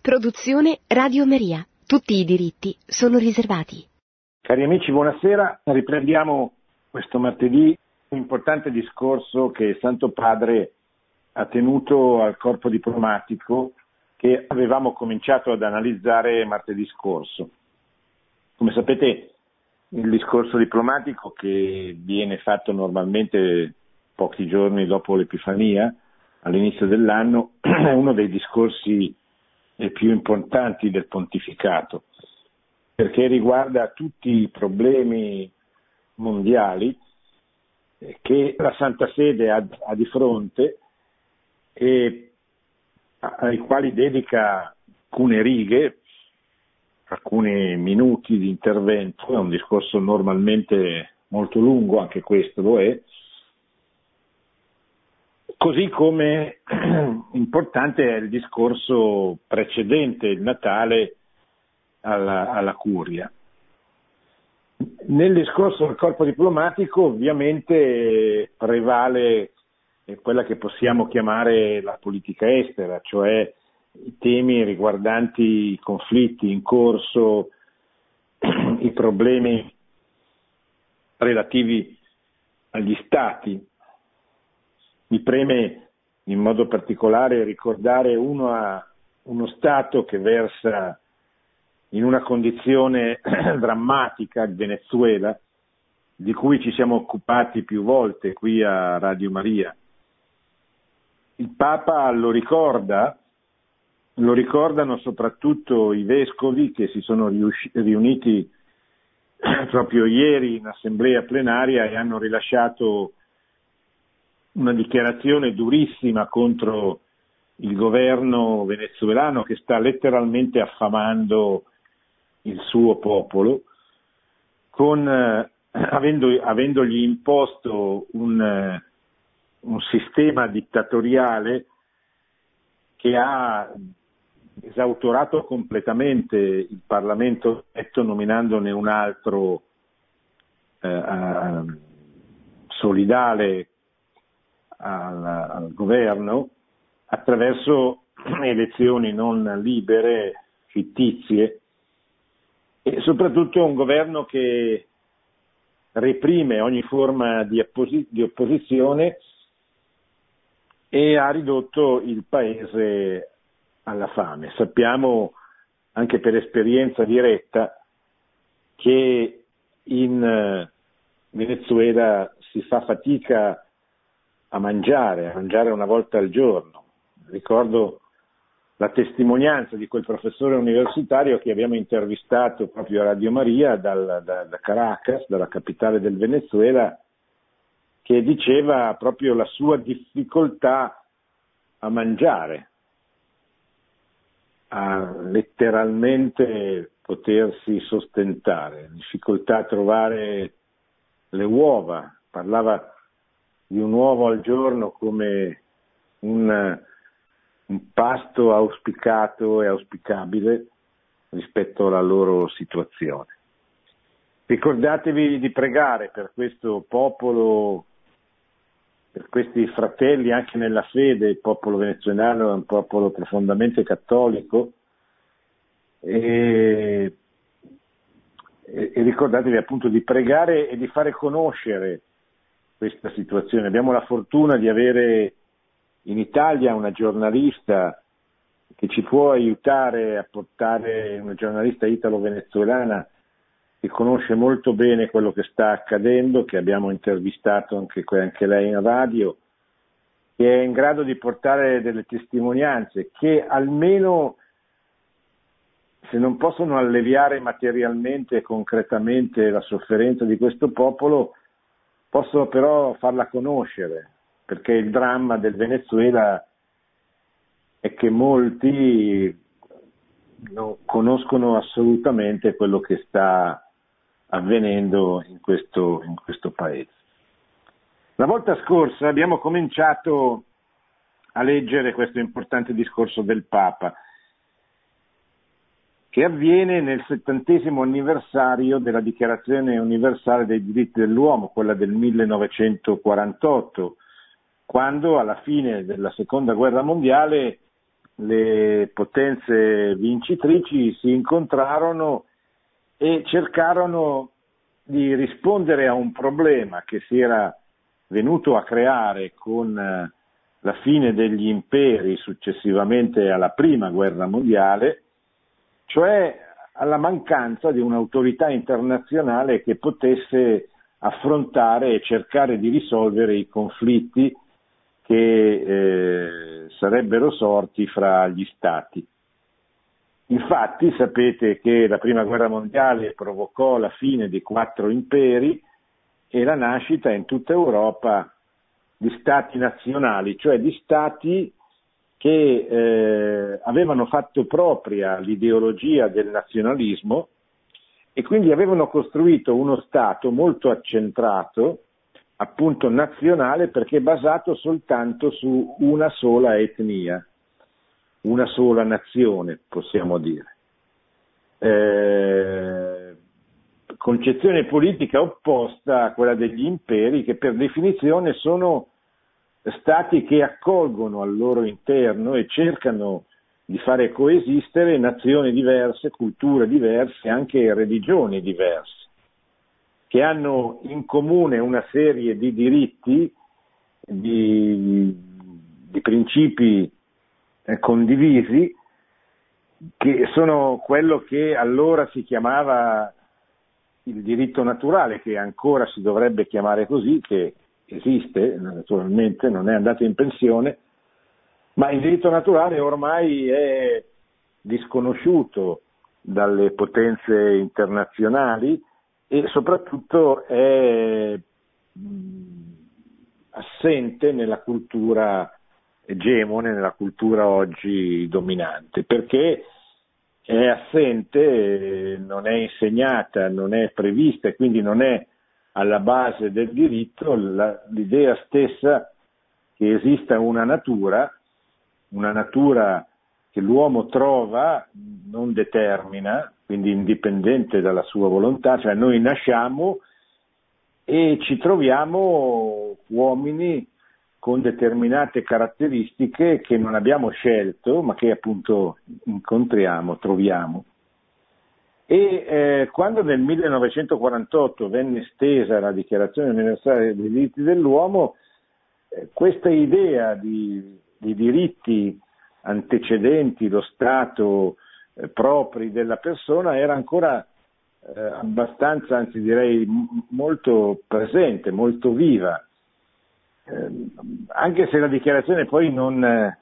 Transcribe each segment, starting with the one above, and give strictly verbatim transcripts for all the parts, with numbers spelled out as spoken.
Produzione Radio Maria. Tutti i diritti sono riservati. Cari amici, buonasera. Riprendiamo questo martedì un importante discorso che il Santo Padre ha tenuto al corpo diplomatico che avevamo cominciato ad analizzare martedì scorso. Come sapete, il discorso diplomatico, che viene fatto normalmente pochi giorni dopo l'Epifania, all'inizio dell'anno, è uno dei discorsi più importanti del pontificato, perché riguarda tutti i problemi mondiali che la Santa Sede ha, ha di fronte e ai quali dedica alcune righe, alcuni minuti di intervento. È un discorso normalmente molto lungo, anche questo lo è, così come importante è il discorso precedente, il Natale, alla, alla Curia. Nel discorso del corpo diplomatico ovviamente prevale quella che possiamo chiamare la politica estera, cioè i temi riguardanti i conflitti in corso, i problemi relativi agli stati. Mi preme in modo particolare ricordare uno, a, uno Stato che versa in una condizione drammatica, il Venezuela, di cui ci siamo occupati più volte qui a Radio Maria. Il Papa lo ricorda, lo ricordano soprattutto i vescovi che si sono riusci- riuniti proprio ieri in assemblea plenaria e hanno rilasciato una dichiarazione durissima contro il governo venezuelano che sta letteralmente affamando il suo popolo, con, eh, avendo, avendogli imposto un, eh, un sistema dittatoriale che ha esautorato completamente il Parlamento eletto, nominandone un altro eh, eh, solidale Al, al governo attraverso elezioni non libere, fittizie, e soprattutto un governo che reprime ogni forma di, opposi- di opposizione e ha ridotto il paese alla fame. Sappiamo anche per esperienza diretta che in Venezuela si fa fatica a mangiare, a mangiare una volta al giorno. Ricordo la testimonianza di quel professore universitario che abbiamo intervistato proprio a Radio Maria dal, da, da Caracas, dalla capitale del Venezuela, che diceva proprio la sua difficoltà a mangiare, a letteralmente potersi sostentare, difficoltà a trovare le uova. Parlava di un uovo al giorno come un, un pasto auspicato e auspicabile rispetto alla loro situazione. Ricordatevi di pregare per questo popolo, per questi fratelli anche nella fede. Il popolo venezuelano è un popolo profondamente cattolico e, e, e ricordatevi appunto di pregare e di fare conoscere questa situazione. Abbiamo la fortuna di avere in Italia una giornalista che ci può aiutare a portare, una giornalista italo-venezuelana che conosce molto bene quello che sta accadendo, che abbiamo intervistato anche, anche lei in radio, che è in grado di portare delle testimonianze che almeno, se non possono alleviare materialmente e concretamente la sofferenza di questo popolo, possono però farla conoscere, perché il dramma del Venezuela è che molti non conoscono assolutamente quello che sta avvenendo in questo, in questo paese. La volta scorsa abbiamo cominciato a leggere questo importante discorso del Papa, che avviene nel settantesimo anniversario della Dichiarazione Universale dei Diritti dell'Uomo, quella del millenovecentoquarantotto, quando alla fine della Seconda Guerra Mondiale le potenze vincitrici si incontrarono e cercarono di rispondere a un problema che si era venuto a creare con la fine degli imperi successivamente alla prima guerra mondiale, cioè alla mancanza di un'autorità internazionale che potesse affrontare e cercare di risolvere i conflitti che eh, sarebbero sorti fra gli stati. Infatti sapete che la prima guerra mondiale provocò la fine di quattro imperi e la nascita in tutta Europa di stati nazionali, cioè di stati che eh, avevano fatto propria l'ideologia del nazionalismo e quindi avevano costruito uno stato molto accentrato, appunto nazionale, perché basato soltanto su una sola etnia, una sola nazione, possiamo dire. Eh, concezione politica opposta a quella degli imperi, che per definizione sono stati che accolgono al loro interno e cercano di fare coesistere nazioni diverse, culture diverse, anche religioni diverse, che hanno in comune una serie di diritti, di, di principi eh, condivisi, che sono quello che allora si chiamava il diritto naturale, che ancora si dovrebbe chiamare così, che esiste, naturalmente, non è andato in pensione, ma il diritto naturale ormai è disconosciuto dalle potenze internazionali e soprattutto è assente nella cultura egemone, nella cultura oggi dominante, perché è assente, non è insegnata, non è prevista e quindi non è alla base del diritto la, l'idea stessa che esista una natura, una natura che l'uomo trova, non determina, quindi indipendente dalla sua volontà, cioè noi nasciamo e ci troviamo uomini con determinate caratteristiche che non abbiamo scelto, ma che appunto incontriamo, troviamo. E eh, quando nel millenovecentoquarantotto venne estesa la Dichiarazione universale dei diritti dell'uomo, eh, questa idea di, di diritti antecedenti lo Stato eh, propri della persona era ancora eh, abbastanza, anzi direi m- molto presente, molto viva, eh, anche se la Dichiarazione poi non, eh,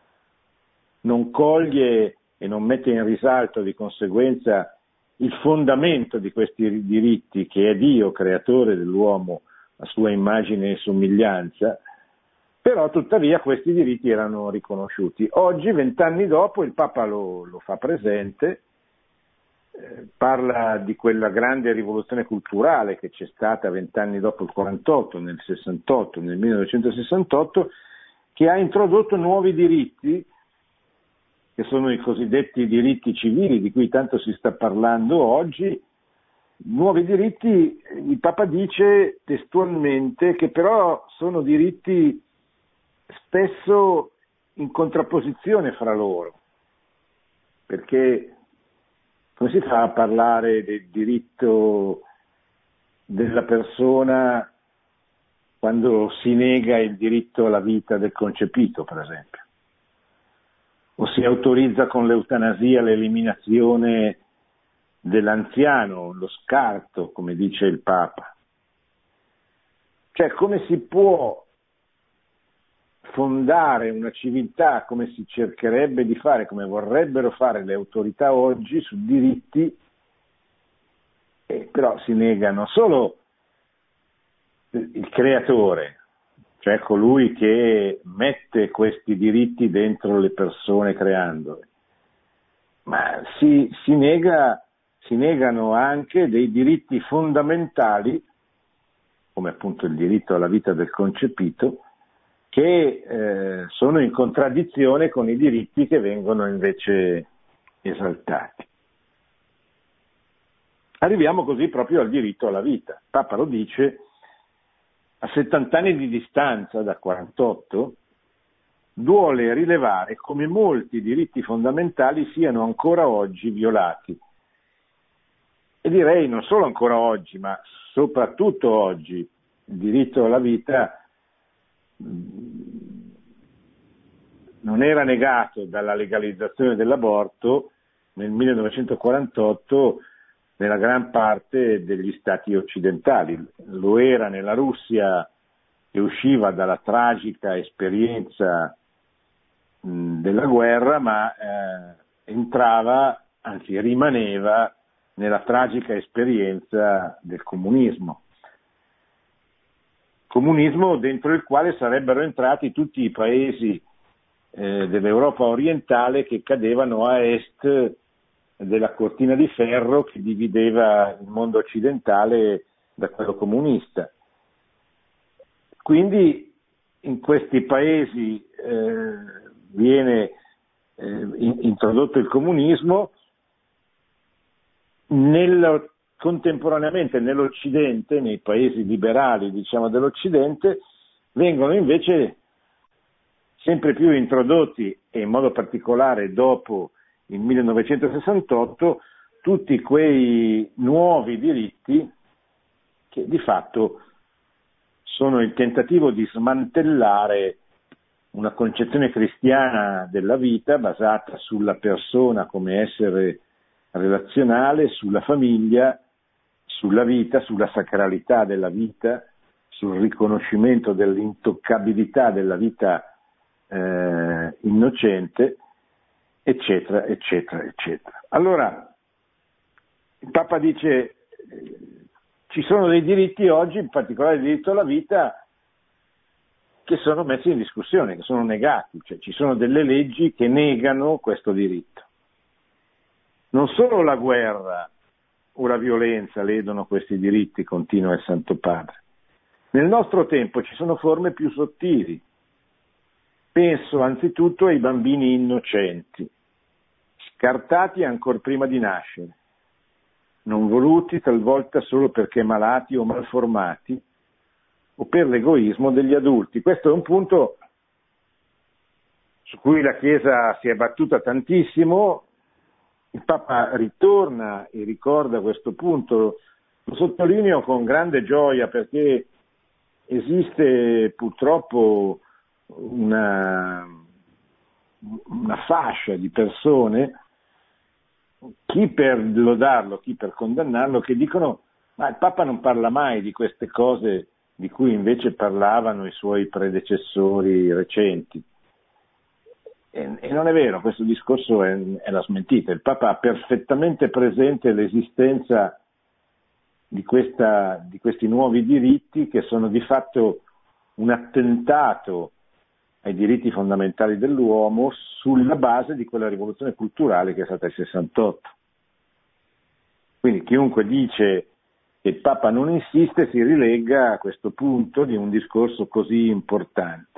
non coglie e non mette in risalto di conseguenza il fondamento di questi diritti, che è Dio, creatore dell'uomo, a sua immagine e somiglianza, però tuttavia questi diritti erano riconosciuti. Oggi, vent'anni dopo, il Papa lo, lo fa presente, eh, parla di quella grande rivoluzione culturale che c'è stata vent'anni dopo il quarantotto, nel sessantotto, nel millenovecentosessantotto, che ha introdotto nuovi diritti, che sono i cosiddetti diritti civili di cui tanto si sta parlando oggi. Nuovi diritti, il Papa dice testualmente che però sono diritti spesso in contrapposizione fra loro, perché come si fa a parlare del diritto della persona quando si nega il diritto alla vita del concepito, per esempio? O si autorizza con l'eutanasia l'eliminazione dell'anziano, lo scarto, come dice il Papa. Cioè, come si può fondare una civiltà, come si cercherebbe di fare, come vorrebbero fare le autorità oggi, su diritti, e però si negano solo il creatore, cioè colui che mette questi diritti dentro le persone creandole, ma si, si, nega, si negano anche dei diritti fondamentali, come appunto il diritto alla vita del concepito, che eh, sono in contraddizione con i diritti che vengono invece esaltati. Arriviamo così proprio al diritto alla vita. Il Papa lo dice: a settanta anni di distanza, da quarantotto, duole rilevare come molti diritti fondamentali siano ancora oggi violati. E direi non solo ancora oggi, ma soprattutto oggi. Il diritto alla vita non era negato dalla legalizzazione dell'aborto nel millenovecentoquarantotto nella gran parte degli stati occidentali. Lo era nella Russia che usciva dalla tragica esperienza mh, della guerra, ma eh, entrava, anzi rimaneva, nella tragica esperienza del comunismo. Comunismo dentro il quale sarebbero entrati tutti i paesi eh, dell'Europa orientale che cadevano a est della cortina di ferro che divideva il mondo occidentale da quello comunista. Quindi in questi paesi eh, viene eh, in, introdotto il comunismo, nel, contemporaneamente nell'Occidente, nei paesi liberali diciamo dell'Occidente, vengono invece sempre più introdotti, e in modo particolare dopo il millenovecentosessantotto, tutti quei nuovi diritti che di fatto sono il tentativo di smantellare una concezione cristiana della vita basata sulla persona come essere relazionale, sulla famiglia, sulla vita, sulla sacralità della vita, sul riconoscimento dell'intoccabilità della vita eh, innocente, eccetera, eccetera, eccetera. Allora, il Papa dice eh, ci sono dei diritti oggi, in particolare il diritto alla vita, che sono messi in discussione, che sono negati, cioè ci sono delle leggi che negano questo diritto. Non solo la guerra o la violenza ledono questi diritti, continua il Santo Padre. Nel nostro tempo ci sono forme più sottili. Penso anzitutto ai bambini innocenti, scartati ancor prima di nascere, non voluti talvolta solo perché malati o malformati o per l'egoismo degli adulti. Questo è un punto su cui la Chiesa si è battuta tantissimo. Il Papa ritorna e ricorda questo punto, lo sottolineo con grande gioia perché esiste purtroppo una, una fascia di persone, chi per lodarlo, chi per condannarlo, che dicono ma il Papa non parla mai di queste cose di cui invece parlavano i suoi predecessori recenti. E, e non è vero, questo discorso è, è la smentita. Il Papa ha perfettamente presente l'esistenza di, questa, di questi nuovi diritti che sono di fatto un attentato ai diritti fondamentali dell'uomo sulla base di quella rivoluzione culturale che è stata il sessantotto. Quindi chiunque dice che il Papa non insiste si rilega a questo punto di un discorso così importante.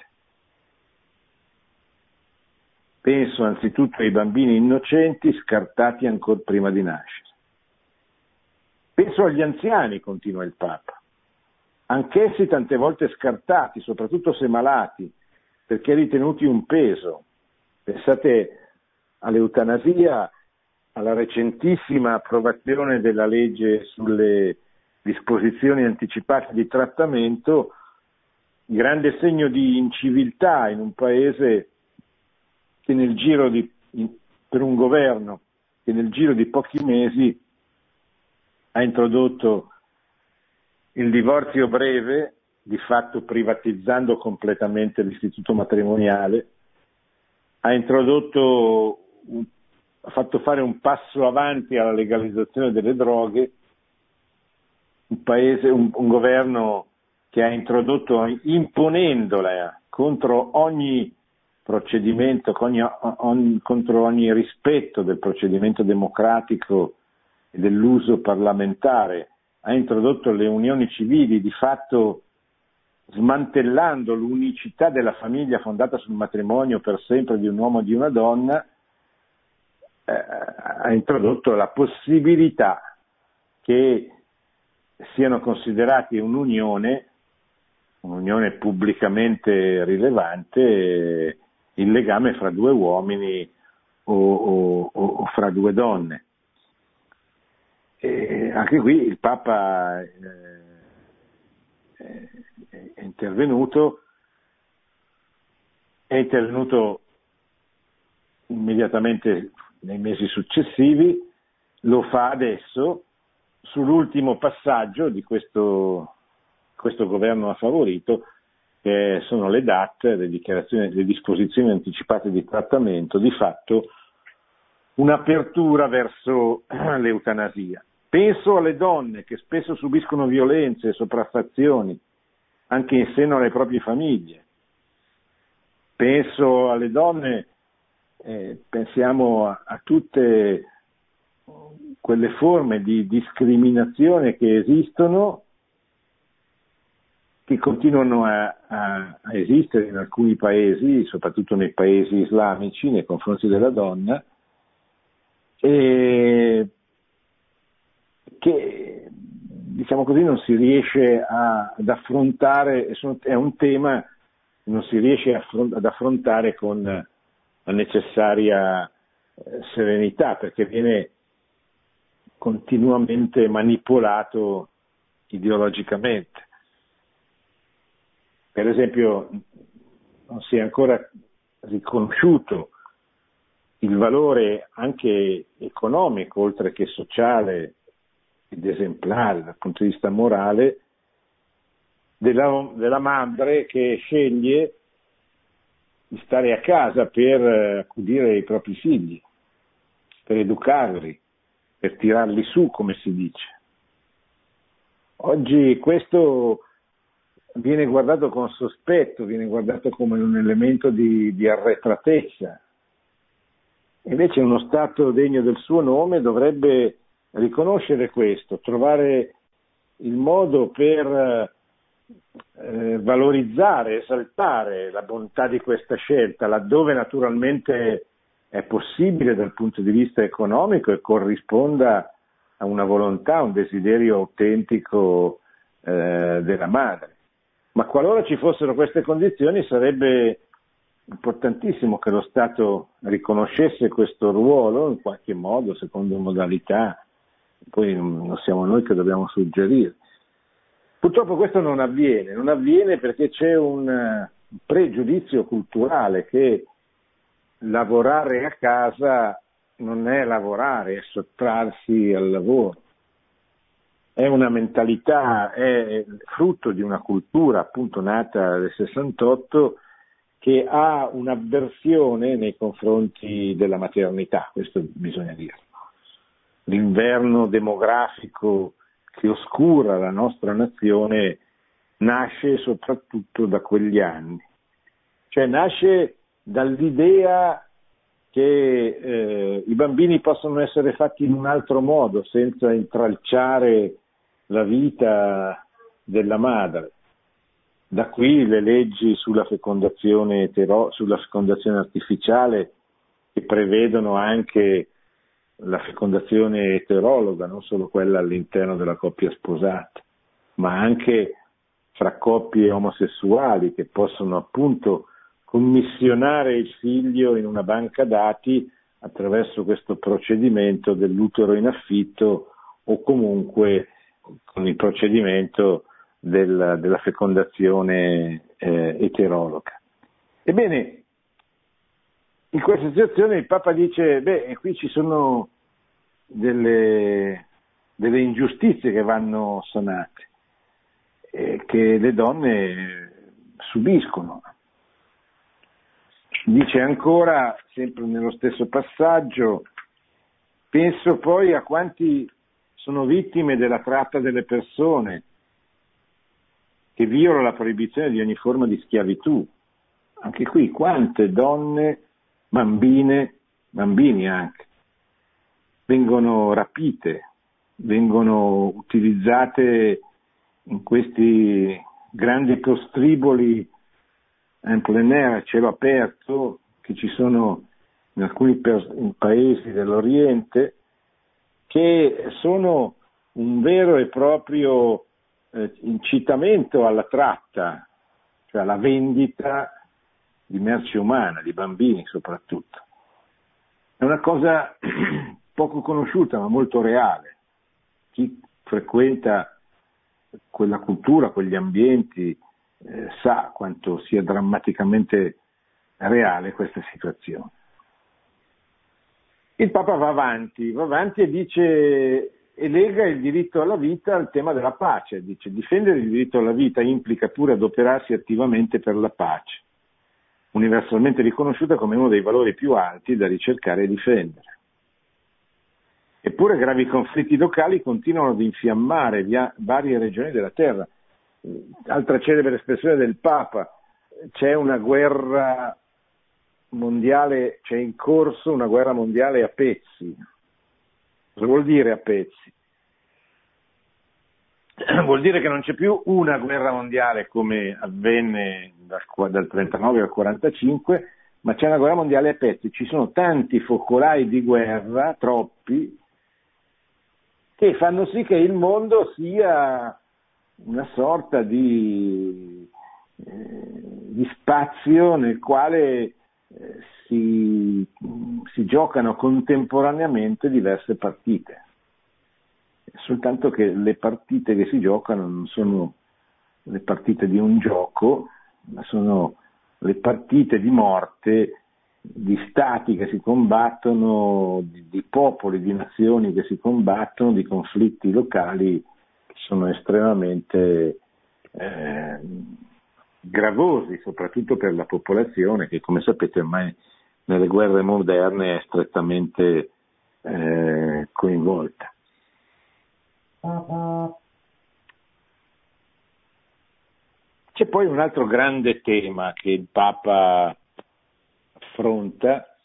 Penso anzitutto ai bambini innocenti scartati ancora prima di nascere. Penso agli anziani, continua il Papa, anch'essi tante volte scartati, soprattutto se malati, perché ritenuti un peso. Pensate all'eutanasia, alla recentissima approvazione della legge sulle disposizioni anticipate di trattamento, grande segno di inciviltà in un paese che nel giro di, per un governo che nel giro di pochi mesi ha introdotto il divorzio breve, di fatto privatizzando completamente l'istituto matrimoniale, ha introdotto, ha fatto fare un passo avanti alla legalizzazione delle droghe, un paese, un, un governo che ha introdotto, imponendola contro ogni procedimento, contro ogni rispetto del procedimento democratico e dell'uso parlamentare, ha introdotto le unioni civili, di fatto smantellando l'unicità della famiglia fondata sul matrimonio per sempre di un uomo e di una donna, eh, ha introdotto la possibilità che siano considerati un'unione, un'unione pubblicamente rilevante, il legame fra due uomini o, o, o fra due donne. E anche qui il Papa eh, è intervenuto, è intervenuto immediatamente nei mesi successivi, lo fa adesso sull'ultimo passaggio di questo, questo governo ha favorito, che sono le D A T, le dichiarazioni, le disposizioni anticipate di trattamento, di fatto un'apertura verso l'eutanasia. Penso alle donne che spesso subiscono violenze e sopraffazioni anche in seno alle proprie famiglie. Penso alle donne, eh, pensiamo a, a tutte quelle forme di discriminazione che esistono, che continuano a, a, a esistere in alcuni paesi, soprattutto nei paesi islamici, nei confronti della donna, e che, diciamo così, non si riesce a, ad affrontare, è un tema che non si riesce ad affrontare con la necessaria serenità, perché viene continuamente manipolato ideologicamente. Per esempio, non si è ancora riconosciuto il valore anche economico, oltre che sociale ed esemplare dal punto di vista morale, della, della madre che sceglie di stare a casa per accudire i propri figli, per educarli, per tirarli su, come si dice. Oggi questo viene guardato con sospetto, viene guardato come un elemento di, di arretratezza. Invece uno Stato degno del suo nome dovrebbe riconoscere questo, trovare il modo per eh, valorizzare, esaltare la bontà di questa scelta, laddove naturalmente è possibile dal punto di vista economico e corrisponda a una volontà, a un desiderio autentico eh, della madre. Ma qualora ci fossero queste condizioni sarebbe importantissimo che lo Stato riconoscesse questo ruolo in qualche modo, secondo modalità, poi non siamo noi che dobbiamo suggerire. Purtroppo questo non avviene, non avviene perché c'è un pregiudizio culturale che lavorare a casa non è lavorare, è sottrarsi al lavoro. È una mentalità, è frutto di una cultura appunto nata nel sessantotto che ha un'avversione nei confronti della maternità, questo bisogna dirlo. L'inverno demografico che oscura la nostra nazione nasce soprattutto da quegli anni, cioè nasce dall'idea che eh, i bambini possono essere fatti in un altro modo, senza intralciare la vita della madre. Da qui le leggi sulla fecondazione etero, sulla fecondazione artificiale, che prevedono anche la fecondazione eterologa, non solo quella all'interno della coppia sposata, ma anche fra coppie omosessuali che possono appunto commissionare il figlio in una banca dati attraverso questo procedimento dell'utero in affitto o comunque con il procedimento del, della fecondazione eh, eterologa. Ebbene, in questa situazione il Papa dice, beh, qui ci sono delle, delle ingiustizie che vanno sanate, eh, che le donne subiscono. Dice ancora, sempre nello stesso passaggio, penso poi a quanti sono vittime della tratta delle persone, che viola la proibizione di ogni forma di schiavitù. Anche qui, quante donne, bambine, bambini anche, vengono rapite, vengono utilizzate in questi grandi costriboli in plein air, a cielo aperto, che ci sono in alcuni in paesi dell'Oriente, che sono un vero e proprio eh, incitamento alla tratta, cioè alla vendita di merce umana, di bambini soprattutto. È una cosa poco conosciuta ma molto reale. Chi frequenta quella cultura, quegli ambienti, eh, sa quanto sia drammaticamente reale questa situazione. Il Papa va avanti, va avanti e dice, e lega il diritto alla vita al tema della pace. Dice: difendere il diritto alla vita implica pure adoperarsi attivamente per la pace, universalmente riconosciuta come uno dei valori più alti da ricercare e difendere. Eppure gravi conflitti locali continuano ad infiammare via varie regioni della terra. Altra celebre espressione del Papa: c'è una guerra mondiale, c'è in corso una guerra mondiale a pezzi. Cosa vuol dire a pezzi? Vuol dire che non c'è più una guerra mondiale come avvenne dal, dal trentanove al quarantacinque, ma c'è una guerra mondiale a pezzi. Ci sono tanti focolai di guerra, troppi, che fanno sì che il mondo sia una sorta di, eh, di spazio nel quale eh, si, si giocano contemporaneamente diverse partite. Soltanto che le partite che si giocano non sono le partite di un gioco, ma sono le partite di morte di stati che si combattono, di, di popoli, di nazioni che si combattono, di conflitti locali che sono estremamente eh, gravosi, soprattutto per la popolazione che, come sapete, ormai nelle guerre moderne è strettamente eh, coinvolta. C'è poi un altro grande tema che il Papa affronta,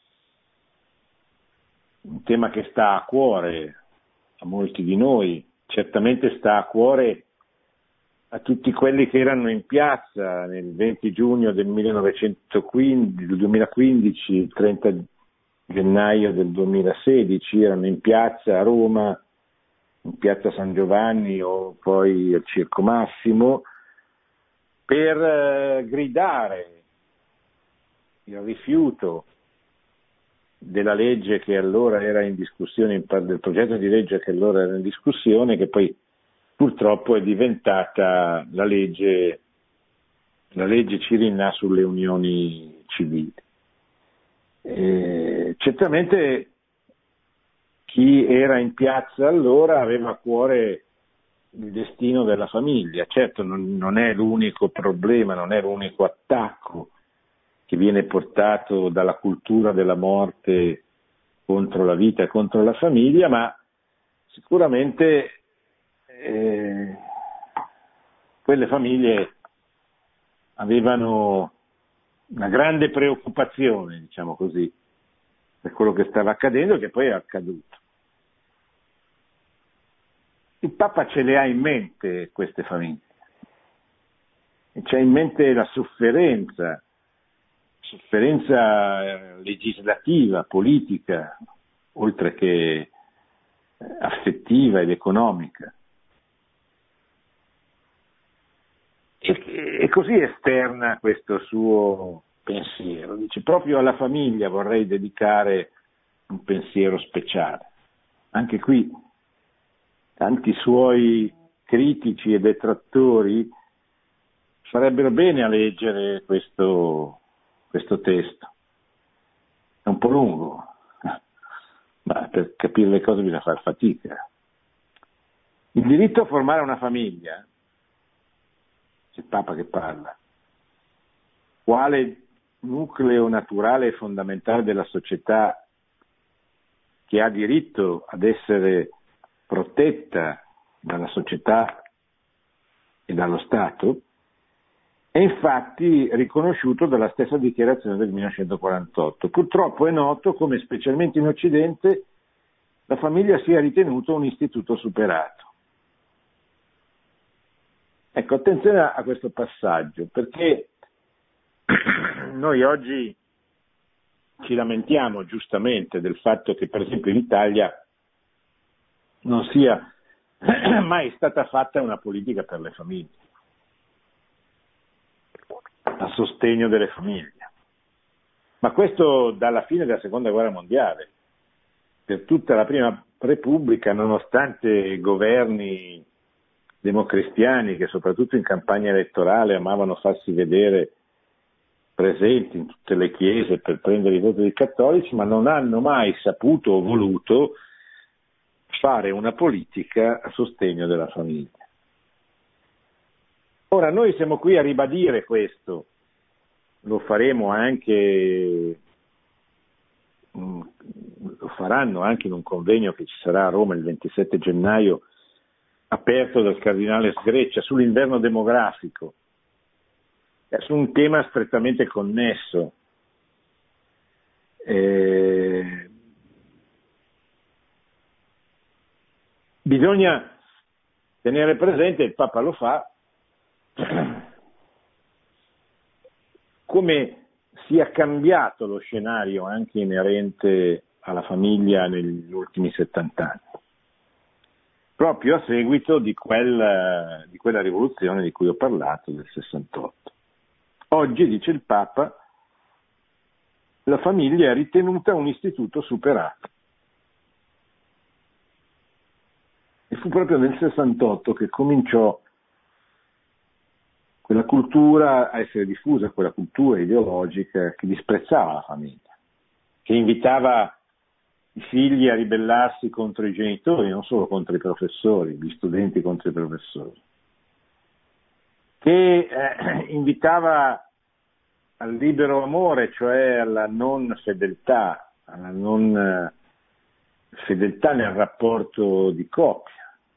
un tema che sta a cuore a molti di noi, certamente sta a cuore a tutti quelli che erano in piazza nel venti giugno del millenovecentoquindici, del duemilaquindici, il trenta gennaio del duemilasedici, erano in piazza a Roma, in piazza San Giovanni o poi al Circo Massimo, per eh, gridare il rifiuto della legge che allora era in discussione, del progetto di legge che allora era in discussione, che poi purtroppo è diventata la legge, la legge Cirinnà sulle unioni civili. E certamente chi era in piazza allora aveva a cuore il destino della famiglia. Certo non, non è l'unico problema, non è l'unico attacco che viene portato dalla cultura della morte contro la vita e contro la famiglia, ma sicuramente eh, quelle famiglie avevano una grande preoccupazione, diciamo così, per quello che stava accadendo e che poi è accaduto. Il Papa ce le ha in mente queste famiglie, e c'ha in mente la sofferenza, sofferenza legislativa, politica, oltre che affettiva ed economica. E, e così esterna questo suo pensiero. Dice: proprio alla famiglia vorrei dedicare un pensiero speciale. Anche qui tanti suoi critici e detrattori farebbero bene a leggere questo, questo testo. È un po' lungo, ma per capire le cose bisogna far fatica. Il diritto a formare una famiglia, c'è il Papa che parla, quale nucleo naturale e fondamentale della società che ha diritto ad essere protetta dalla società e dallo Stato, è infatti riconosciuto dalla stessa dichiarazione del millenovecentoquarantotto. Purtroppo è noto come, specialmente in Occidente, la famiglia sia ritenuto un istituto superato. Ecco, attenzione a questo passaggio, perché noi oggi ci lamentiamo giustamente del fatto che, per esempio, in Italia non sia mai stata fatta una politica per le famiglie, a sostegno delle famiglie. Ma questo dalla fine della seconda guerra mondiale. Per tutta la prima Repubblica, nonostante governi democristiani che soprattutto in campagna elettorale amavano farsi vedere presenti in tutte le chiese per prendere i voti dei cattolici, ma non hanno mai saputo o voluto fare una politica a sostegno della famiglia. Ora noi siamo qui a ribadire questo, lo faremo anche, lo faranno anche in un convegno che ci sarà a Roma il ventisette gennaio, aperto dal cardinale Sgreccia, sull'inverno demografico, su un tema strettamente connesso. Eh, bisogna tenere presente, il Papa lo fa, come sia cambiato lo scenario anche inerente alla famiglia negli ultimi settanta anni, proprio a seguito di quella, di quella rivoluzione di cui ho parlato, del sessantotto. Oggi, dice il Papa, la famiglia è ritenuta un istituto superato. E fu proprio nel sessantotto che cominciò quella cultura a essere diffusa, quella cultura ideologica che disprezzava la famiglia, che invitava i figli a ribellarsi contro i genitori, non solo contro i professori, gli studenti contro i professori, che eh, invitava al libero amore, cioè alla non fedeltà, alla non eh, fedeltà nel rapporto di coppia,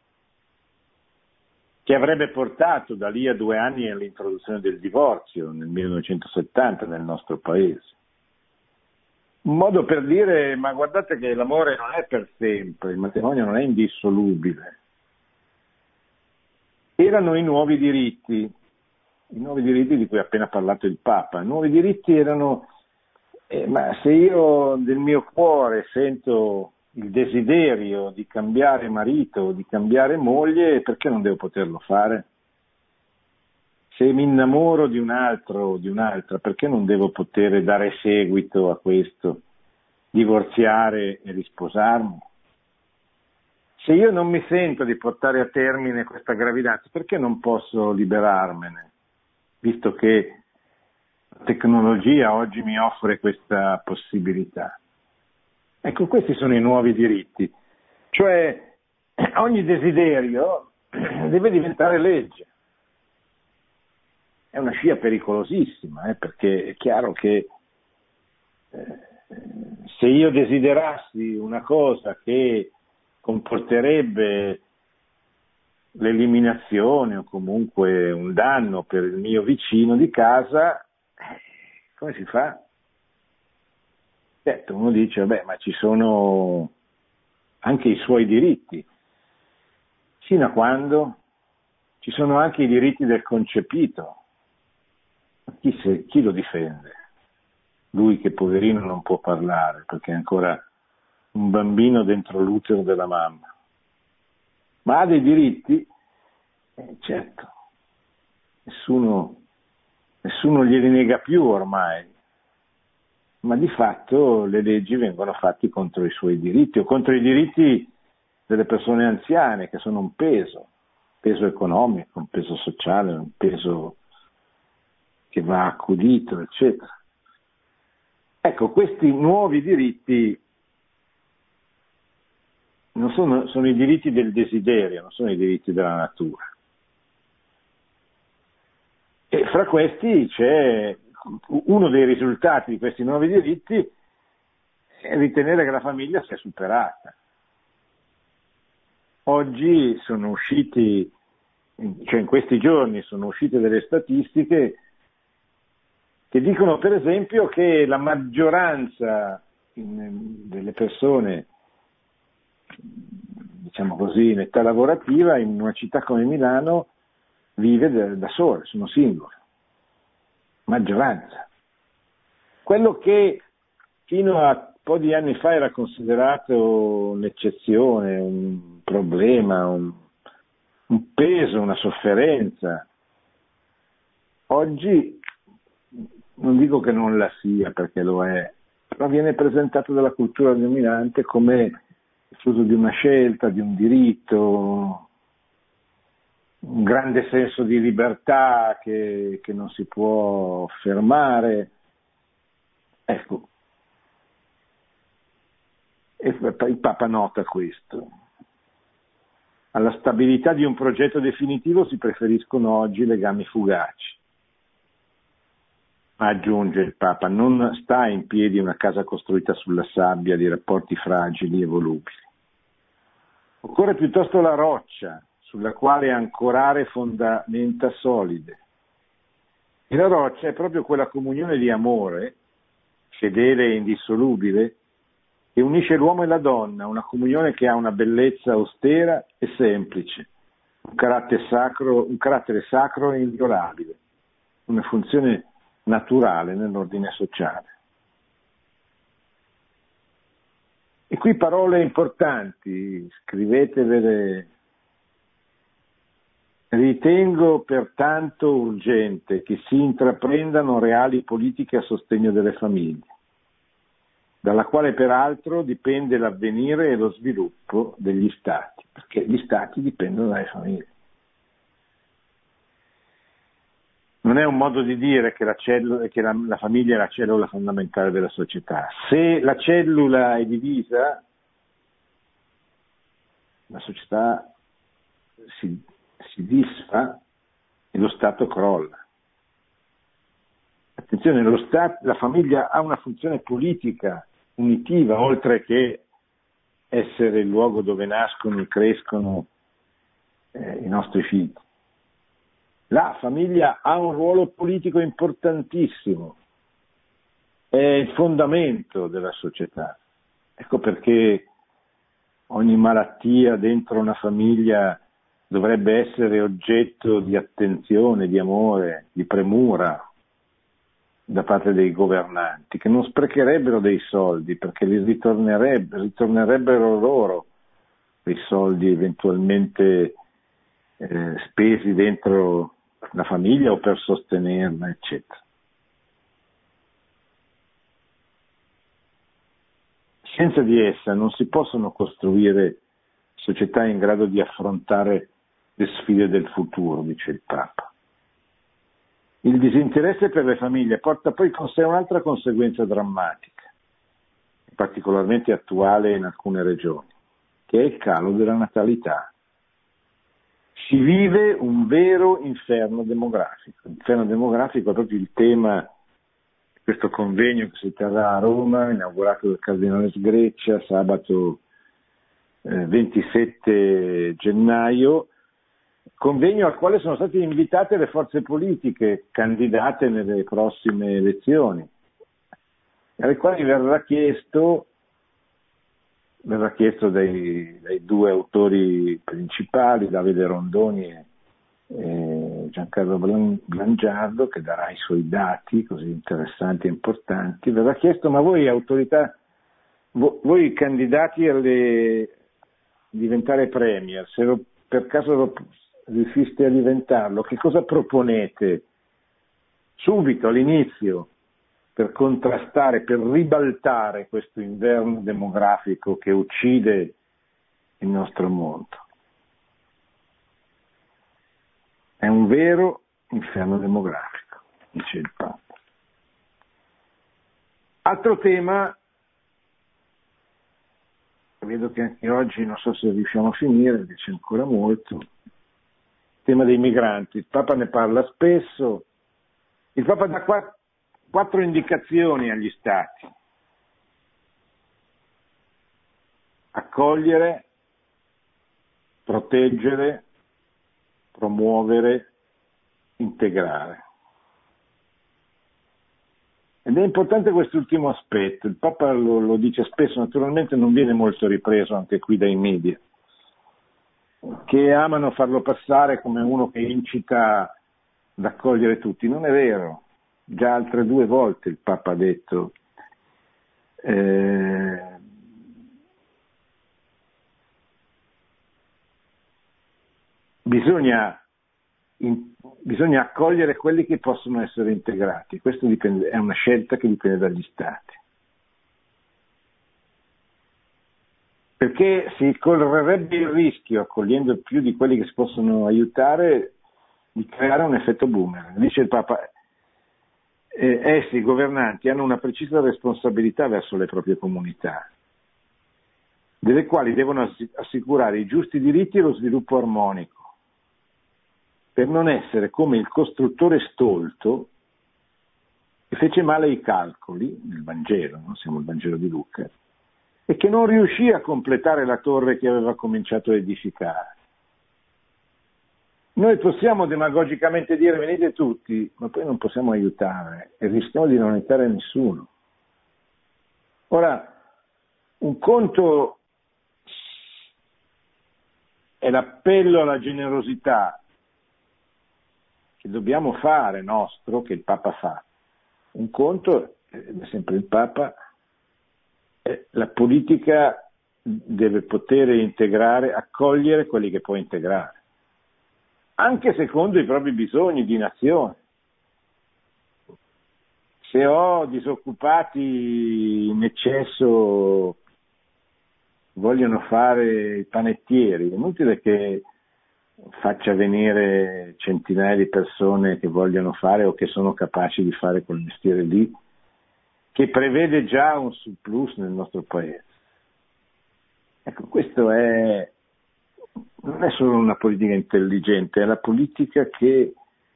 che avrebbe portato da lì a due anni all'introduzione del divorzio nel millenovecentosettanta nel nostro paese. Un modo per dire, ma guardate che l'amore non è per sempre, il matrimonio non è indissolubile. Erano i nuovi diritti, i nuovi diritti di cui ha appena parlato il Papa. I nuovi diritti erano, eh, ma se io del mio cuore sento il desiderio di cambiare marito, di cambiare moglie, perché non devo poterlo fare? Se mi innamoro di un altro o di un'altra, perché non devo poter dare seguito a questo, divorziare e risposarmi? Se io non mi sento di portare a termine questa gravidanza, perché non posso liberarmene? Visto che la tecnologia oggi mi offre questa possibilità. Ecco, questi sono i nuovi diritti, cioè ogni desiderio deve diventare legge. È una scia pericolosissima, eh, perché è chiaro che eh, se io desiderassi una cosa che comporterebbe l'eliminazione o comunque un danno per il mio vicino di casa, eh, come si fa? Certo, uno dice, vabbè, ma ci sono anche i suoi diritti. Fino a quando? Ci sono anche i diritti del concepito. Chi, se, chi lo difende? Lui che poverino non può parlare perché è ancora un bambino dentro l'utero della mamma. Ma ha dei diritti? Eh, certo, nessuno, nessuno glieli nega più ormai. Ma di fatto le leggi vengono fatte contro i suoi diritti o contro i diritti delle persone anziane, che sono un peso, un peso economico, un peso sociale, un peso che va accudito, eccetera. Ecco, questi nuovi diritti non sono, sono i diritti del desiderio, non sono i diritti della natura. E fra questi c'è uno dei risultati di questi nuovi diritti è ritenere che la famiglia sia superata. Oggi sono usciti, cioè in questi giorni sono uscite delle statistiche che dicono per esempio che la maggioranza delle persone, diciamo così, in età lavorativa in una città come Milano vive da, da sole, sono singoli. Maggioranza. Quello che fino a un po' di anni fa era considerato un'eccezione, un problema, un, un peso, una sofferenza, oggi non dico che non la sia perché lo è, però viene presentato dalla cultura dominante come il frutto di una scelta, di un diritto, un grande senso di libertà che, che non si può fermare. Ecco, e il Papa nota questo. Alla stabilità di un progetto definitivo si preferiscono oggi legami fugaci. Ma aggiunge il Papa, non sta in piedi una casa costruita sulla sabbia di rapporti fragili e volubili. Occorre piuttosto la roccia sulla quale ancorare fondamenta solide. E la roccia è proprio quella comunione di amore, fedele e indissolubile, che unisce l'uomo e la donna, una comunione che ha una bellezza austera e semplice, un carattere sacro, un carattere sacro e inviolabile, una funzione naturale nell'ordine sociale. E qui parole importanti, scrivetevele. Ritengo pertanto urgente che si intraprendano reali politiche a sostegno delle famiglie, dalla quale peraltro dipende l'avvenire e lo sviluppo degli Stati, perché gli Stati dipendono dalle famiglie. Non è un modo di dire che, la, cellula, che la, la famiglia è la cellula fondamentale della società. Se la cellula è divisa, la società si, si disfa e lo Stato crolla. Attenzione, lo Stato, la famiglia ha una funzione politica unitiva, oltre che essere il luogo dove nascono e crescono eh, i nostri figli. La famiglia ha un ruolo politico importantissimo, è il fondamento della società. Ecco perché ogni malattia dentro una famiglia dovrebbe essere oggetto di attenzione, di amore, di premura da parte dei governanti, che non sprecherebbero dei soldi perché li ritornerebbero, ritornerebbero loro dei soldi eventualmente eh, spesi dentro la famiglia o per sostenerla, eccetera. Senza di essa non si possono costruire società in grado di affrontare le sfide del futuro, dice il Papa. Il disinteresse per le famiglie porta poi con sé un'altra conseguenza drammatica, particolarmente attuale in alcune regioni, che è il calo della natalità. Si vive un vero inferno demografico. L'inferno demografico è proprio il tema di questo convegno che si terrà a Roma, inaugurato dal Cardinale Sgreccia sabato eh, ventisette gennaio, convegno al quale sono state invitate le forze politiche candidate nelle prossime elezioni, alle quali verrà chiesto verrà chiesto dai, dai due autori principali, Davide Rondoni e, e Giancarlo Blangiardo, che darà i suoi dati così interessanti e importanti. Verrà chiesto: ma voi autorità, voi candidati a diventare premier, se lo, per caso lo, riusciste a diventarlo, che cosa proponete subito all'inizio per contrastare, per ribaltare questo inverno demografico che uccide il nostro mondo? È un vero inferno demografico, dice il Papa. Altro tema, vedo che anche oggi non so se riusciamo a finire, perché c'è ancora molto, il tema dei migranti. Il Papa ne parla spesso, il Papa dà quattro Quattro indicazioni agli Stati: accogliere, proteggere, promuovere, integrare. Ed è importante quest'ultimo aspetto, il Papa lo, lo dice spesso, naturalmente non viene molto ripreso anche qui dai media, che amano farlo passare come uno che incita ad accogliere tutti. Non è vero. Già altre due volte il Papa ha detto eh, bisogna in, bisogna accogliere quelli che possono essere integrati. Questo dipende, è una scelta che dipende dagli stati. Perché si correrebbe il rischio, accogliendo più di quelli che si possono aiutare, di creare un effetto boomerang. Dice il Papa, eh, essi, i governanti, hanno una precisa responsabilità verso le proprie comunità, delle quali devono assicurare i giusti diritti e lo sviluppo armonico, per non essere come il costruttore stolto che fece male i calcoli, nel Vangelo, no? Siamo il Vangelo di Luca, e che non riuscì a completare la torre che aveva cominciato a edificare. Noi possiamo demagogicamente dire venite tutti, ma poi non possiamo aiutare e rischiamo di non aiutare nessuno. Ora, un conto è l'appello alla generosità che dobbiamo fare nostro, che il Papa fa. Un conto, è sempre il Papa, è la politica deve poter integrare, accogliere quelli che può integrare, anche secondo i propri bisogni di nazione. Se ho disoccupati in eccesso, vogliono fare i panettieri, è inutile che faccia venire centinaia di persone che vogliono fare o che sono capaci di fare quel mestiere lì, che prevede già un surplus nel nostro paese. Ecco, questo è, non è solo una politica intelligente, è la politica che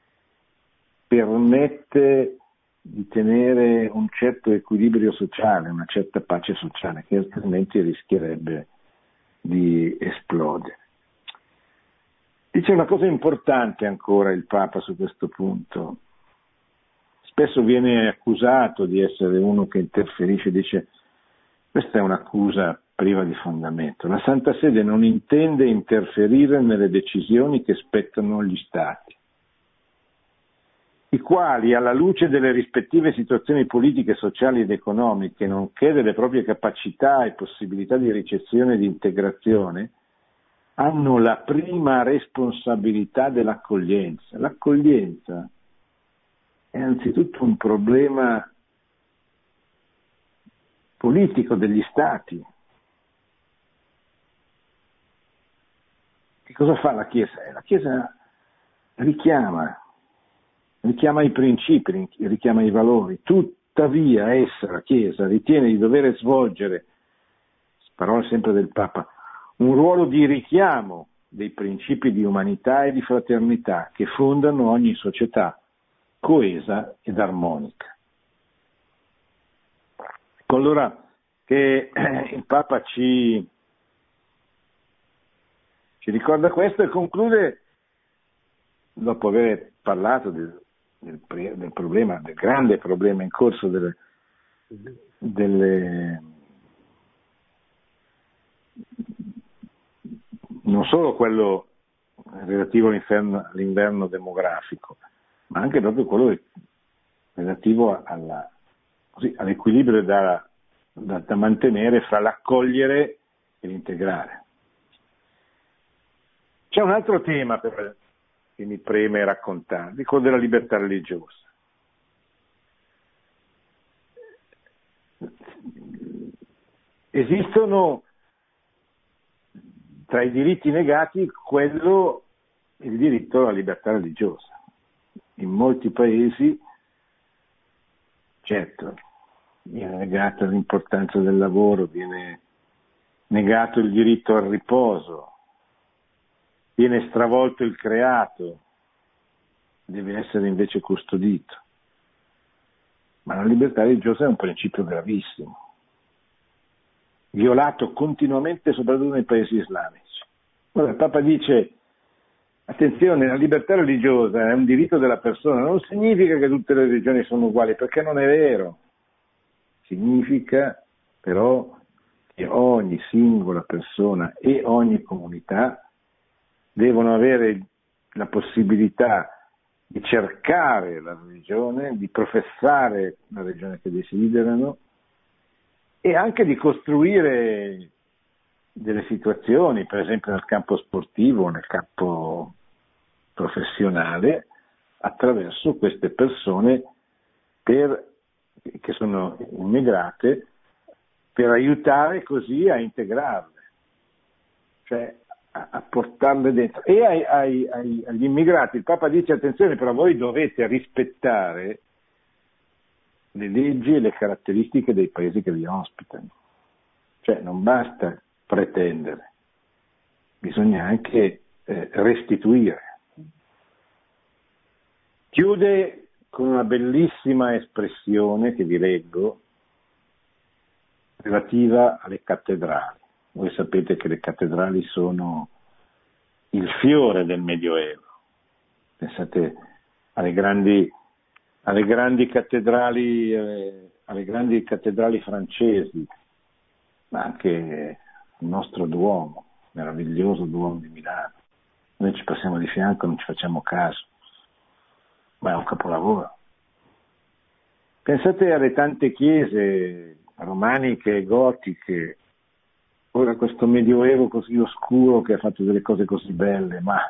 permette di tenere un certo equilibrio sociale, una certa pace sociale, che altrimenti rischierebbe di esplodere. Dice una cosa importante ancora il Papa su questo punto. Spesso viene accusato di essere uno che interferisce, dice questa è un'accusa priva di fondamento. La Santa Sede non intende interferire nelle decisioni che spettano agli Stati, i quali, alla luce delle rispettive situazioni politiche, sociali ed economiche, nonché delle proprie capacità e possibilità di ricezione e di integrazione, hanno la prima responsabilità dell'accoglienza. L'accoglienza è anzitutto un problema politico degli Stati. Che cosa fa la Chiesa? La Chiesa richiama, richiama i principi, richiama i valori. Tuttavia essa, la Chiesa, ritiene di dover svolgere, parole sempre del Papa, un ruolo di richiamo dei principi di umanità e di fraternità che fondano ogni società coesa ed armonica. Allora che il Papa ci, ci ricorda questo e conclude, dopo aver parlato del, del, del problema, del grande problema in corso delle, delle non solo quello relativo all'inverno, all'inverno demografico, ma anche proprio quello relativo alla, così, all'equilibrio da, da, da mantenere fra l'accogliere e l'integrare. C'è un altro tema per, che mi preme raccontare, quello della libertà religiosa. Esistono tra i diritti negati quello, il diritto alla libertà religiosa. In molti paesi, certo, viene negata l'importanza del lavoro, viene negato il diritto al riposo, viene stravolto il creato, deve essere invece custodito. Ma la libertà religiosa è un principio gravissimo, violato continuamente soprattutto nei paesi islamici. Ora il Papa dice, attenzione, la libertà religiosa è un diritto della persona, non significa che tutte le religioni sono uguali, perché non è vero. Significa però che ogni singola persona e ogni comunità devono avere la possibilità di cercare la religione, di professare la religione che desiderano e anche di costruire delle situazioni, per esempio nel campo sportivo, nel campo professionale attraverso queste persone per, che sono immigrate, per aiutare così a integrarle, cioè a, a portarle dentro. E ai, ai, ai, agli immigrati il Papa dice: attenzione, però voi dovete rispettare le leggi e le caratteristiche dei paesi che vi ospitano, cioè non basta pretendere, bisogna anche eh, restituire. Chiude con una bellissima espressione che vi leggo, relativa alle cattedrali. Voi sapete che le cattedrali sono il fiore del Medioevo. Pensate alle grandi, alle grandi cattedrali, eh, alle grandi cattedrali francesi, ma anche il nostro Duomo, meraviglioso Duomo di Milano. Noi ci passiamo di fianco, non ci facciamo caso, ma è un capolavoro. Pensate alle tante chiese romaniche e gotiche, ora questo Medioevo così oscuro che ha fatto delle cose così belle, ma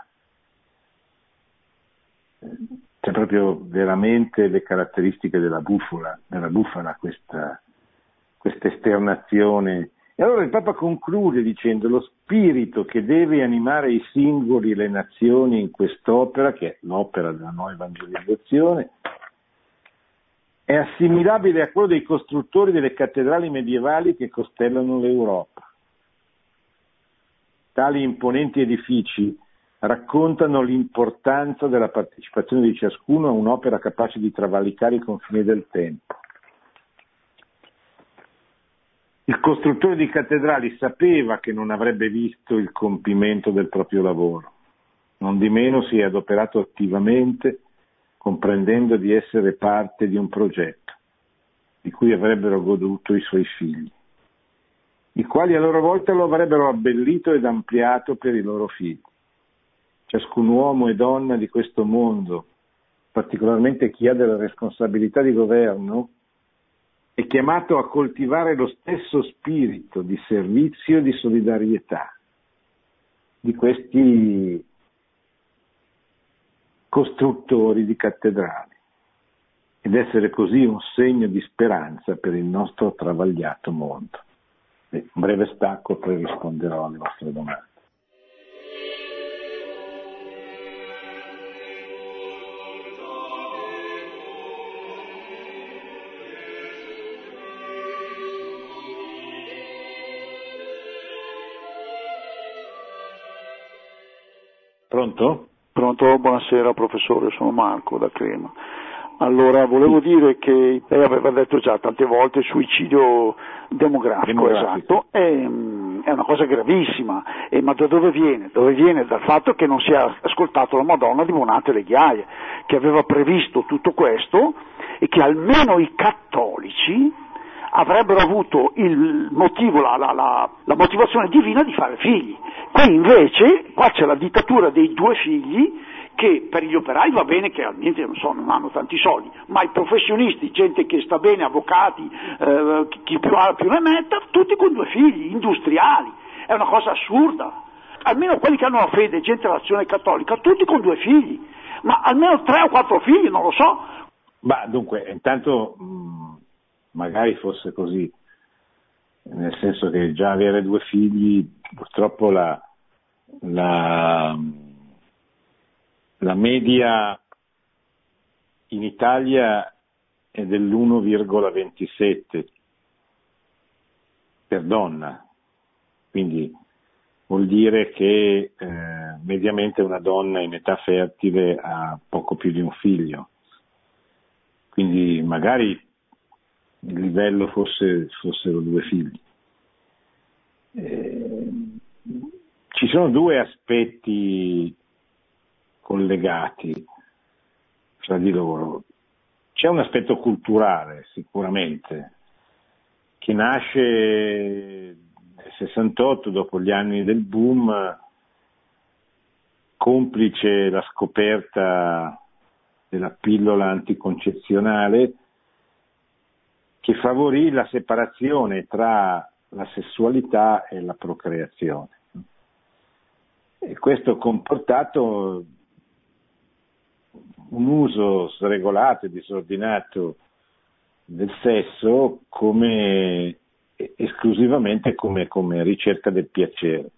c'è proprio veramente le caratteristiche della bufala, della bufala questa, questa esternazione. E allora il Papa conclude dicendo: lo spirito che deve animare i singoli e le nazioni in quest'opera, che è l'opera della nuova evangelizzazione, è assimilabile a quello dei costruttori delle cattedrali medievali che costellano l'Europa. Tali imponenti edifici raccontano l'importanza della partecipazione di ciascuno a un'opera capace di travalicare i confini del tempo. Il costruttore di cattedrali sapeva che non avrebbe visto il compimento del proprio lavoro, non di meno si è adoperato attivamente, comprendendo di essere parte di un progetto di cui avrebbero goduto i suoi figli, i quali a loro volta lo avrebbero abbellito ed ampliato per i loro figli. Ciascun uomo e donna di questo mondo, particolarmente chi ha della responsabilità di governo, è chiamato a coltivare lo stesso spirito di servizio e di solidarietà di questi costruttori di cattedrali ed essere così un segno di speranza per il nostro travagliato mondo. Un breve stacco, poi risponderò alle vostre domande. Pronto? Pronto, buonasera professore, sono Marco da Crema. Allora, volevo sì. dire che lei aveva detto già tante volte suicidio demografico, demografico. Esatto, è, è una cosa gravissima, e, ma da dove viene? Dove viene? Dal fatto che non si è ascoltato la Madonna di Bonate le Ghiaie, che aveva previsto tutto questo e che almeno i cattolici avrebbero avuto il motivo, la, la, la, la motivazione divina di fare figli. Qui invece, qua c'è la dittatura dei due figli, che per gli operai va bene che almeno non, so, non hanno tanti soldi, ma i professionisti, gente che sta bene, avvocati, eh, chi più ha più ne metta, tutti con due figli, industriali, è una cosa assurda. Almeno quelli che hanno la fede, gente dell'Azione Cattolica, tutti con due figli, ma almeno tre o quattro figli, non lo so. Ma dunque, intanto mh, magari fosse così, nel senso che già avere due figli, purtroppo la, la, la media in Italia è dell'uno virgola ventisette per donna, quindi vuol dire che eh, mediamente una donna in età fertile ha poco più di un figlio, quindi magari il livello fosse, fossero due figli. Eh, ci sono due aspetti collegati fra di loro. C'è un aspetto culturale sicuramente, che nasce nel sessantotto, dopo gli anni del boom, complice la scoperta della pillola anticoncezionale, che favorì la separazione tra la sessualità e la procreazione. E questo ha comportato un uso sregolato e disordinato del sesso come esclusivamente come, come ricerca del piacere,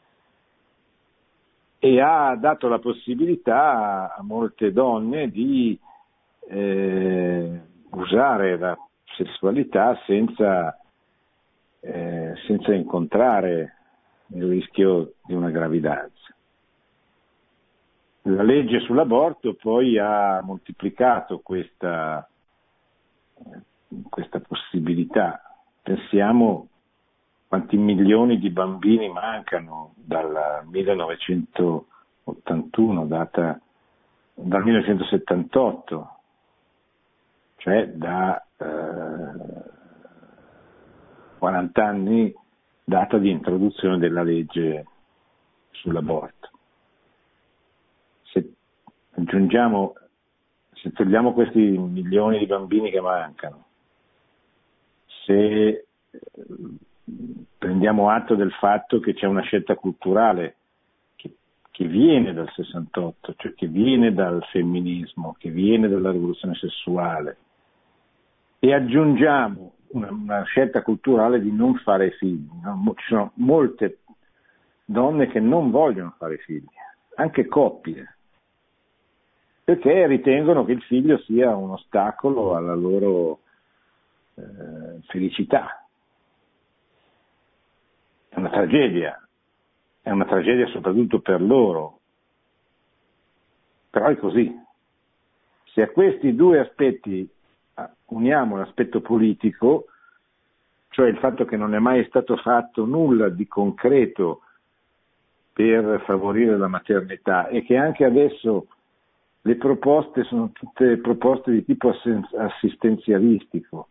e ha dato la possibilità a molte donne di eh, usare la sessualità senza, eh, senza incontrare il rischio di una gravidanza. La legge sull'aborto poi ha moltiplicato questa, questa possibilità. Pensiamo quanti milioni di bambini mancano dal millenovecentottantuno, data dal millenovecentosettantotto, cioè da eh, quaranta anni, data di introduzione della legge sull'aborto. Se aggiungiamo, se togliamo questi milioni di bambini che mancano, se prendiamo atto del fatto che c'è una scelta culturale che, che viene dal sessantotto, cioè che viene dal femminismo, che viene dalla rivoluzione sessuale, e aggiungiamo una, una scelta culturale di non fare figli, no? Ci sono molte donne che non vogliono fare figli, anche coppie, perché ritengono che il figlio sia un ostacolo alla loro eh, felicità. È una tragedia, è una tragedia soprattutto per loro, però è così. Se a questi due aspetti uniamo l'aspetto politico, cioè il fatto che non è mai stato fatto nulla di concreto per favorire la maternità, e che anche adesso le proposte sono tutte proposte di tipo assistenzialistico,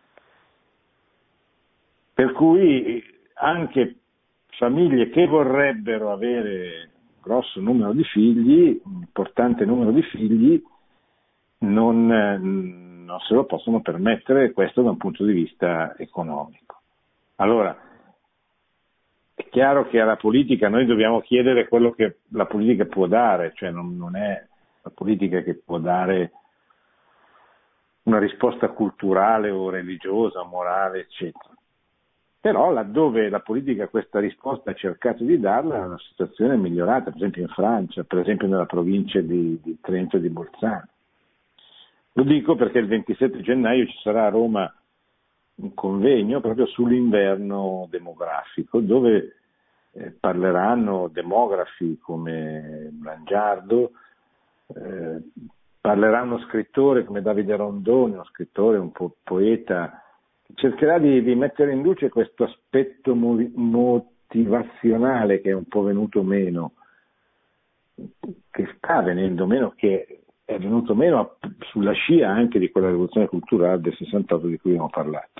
per cui anche famiglie che vorrebbero avere un grosso numero di figli, un importante numero di figli, non, non se lo possono permettere, questo da un punto di vista economico. Allora, è chiaro che alla politica noi dobbiamo chiedere quello che la politica può dare, cioè non, non è la politica che può dare una risposta culturale o religiosa, morale, eccetera. Però laddove la politica questa risposta ha cercato di darla, la situazione è migliorata, per esempio in Francia, per esempio nella provincia di, di Trento e di Bolzano. Lo dico perché il ventisette gennaio ci sarà a Roma un convegno proprio sull'inverno demografico, dove eh, parleranno demografi come Blangiardo, eh, parlerà uno scrittore come Davide Rondoni, uno scrittore, un po' poeta, che cercherà di, di mettere in luce questo aspetto motivazionale che è un po' venuto meno, che sta venendo meno, che è venuto meno sulla scia anche di quella rivoluzione culturale del sessantotto di cui abbiamo parlato.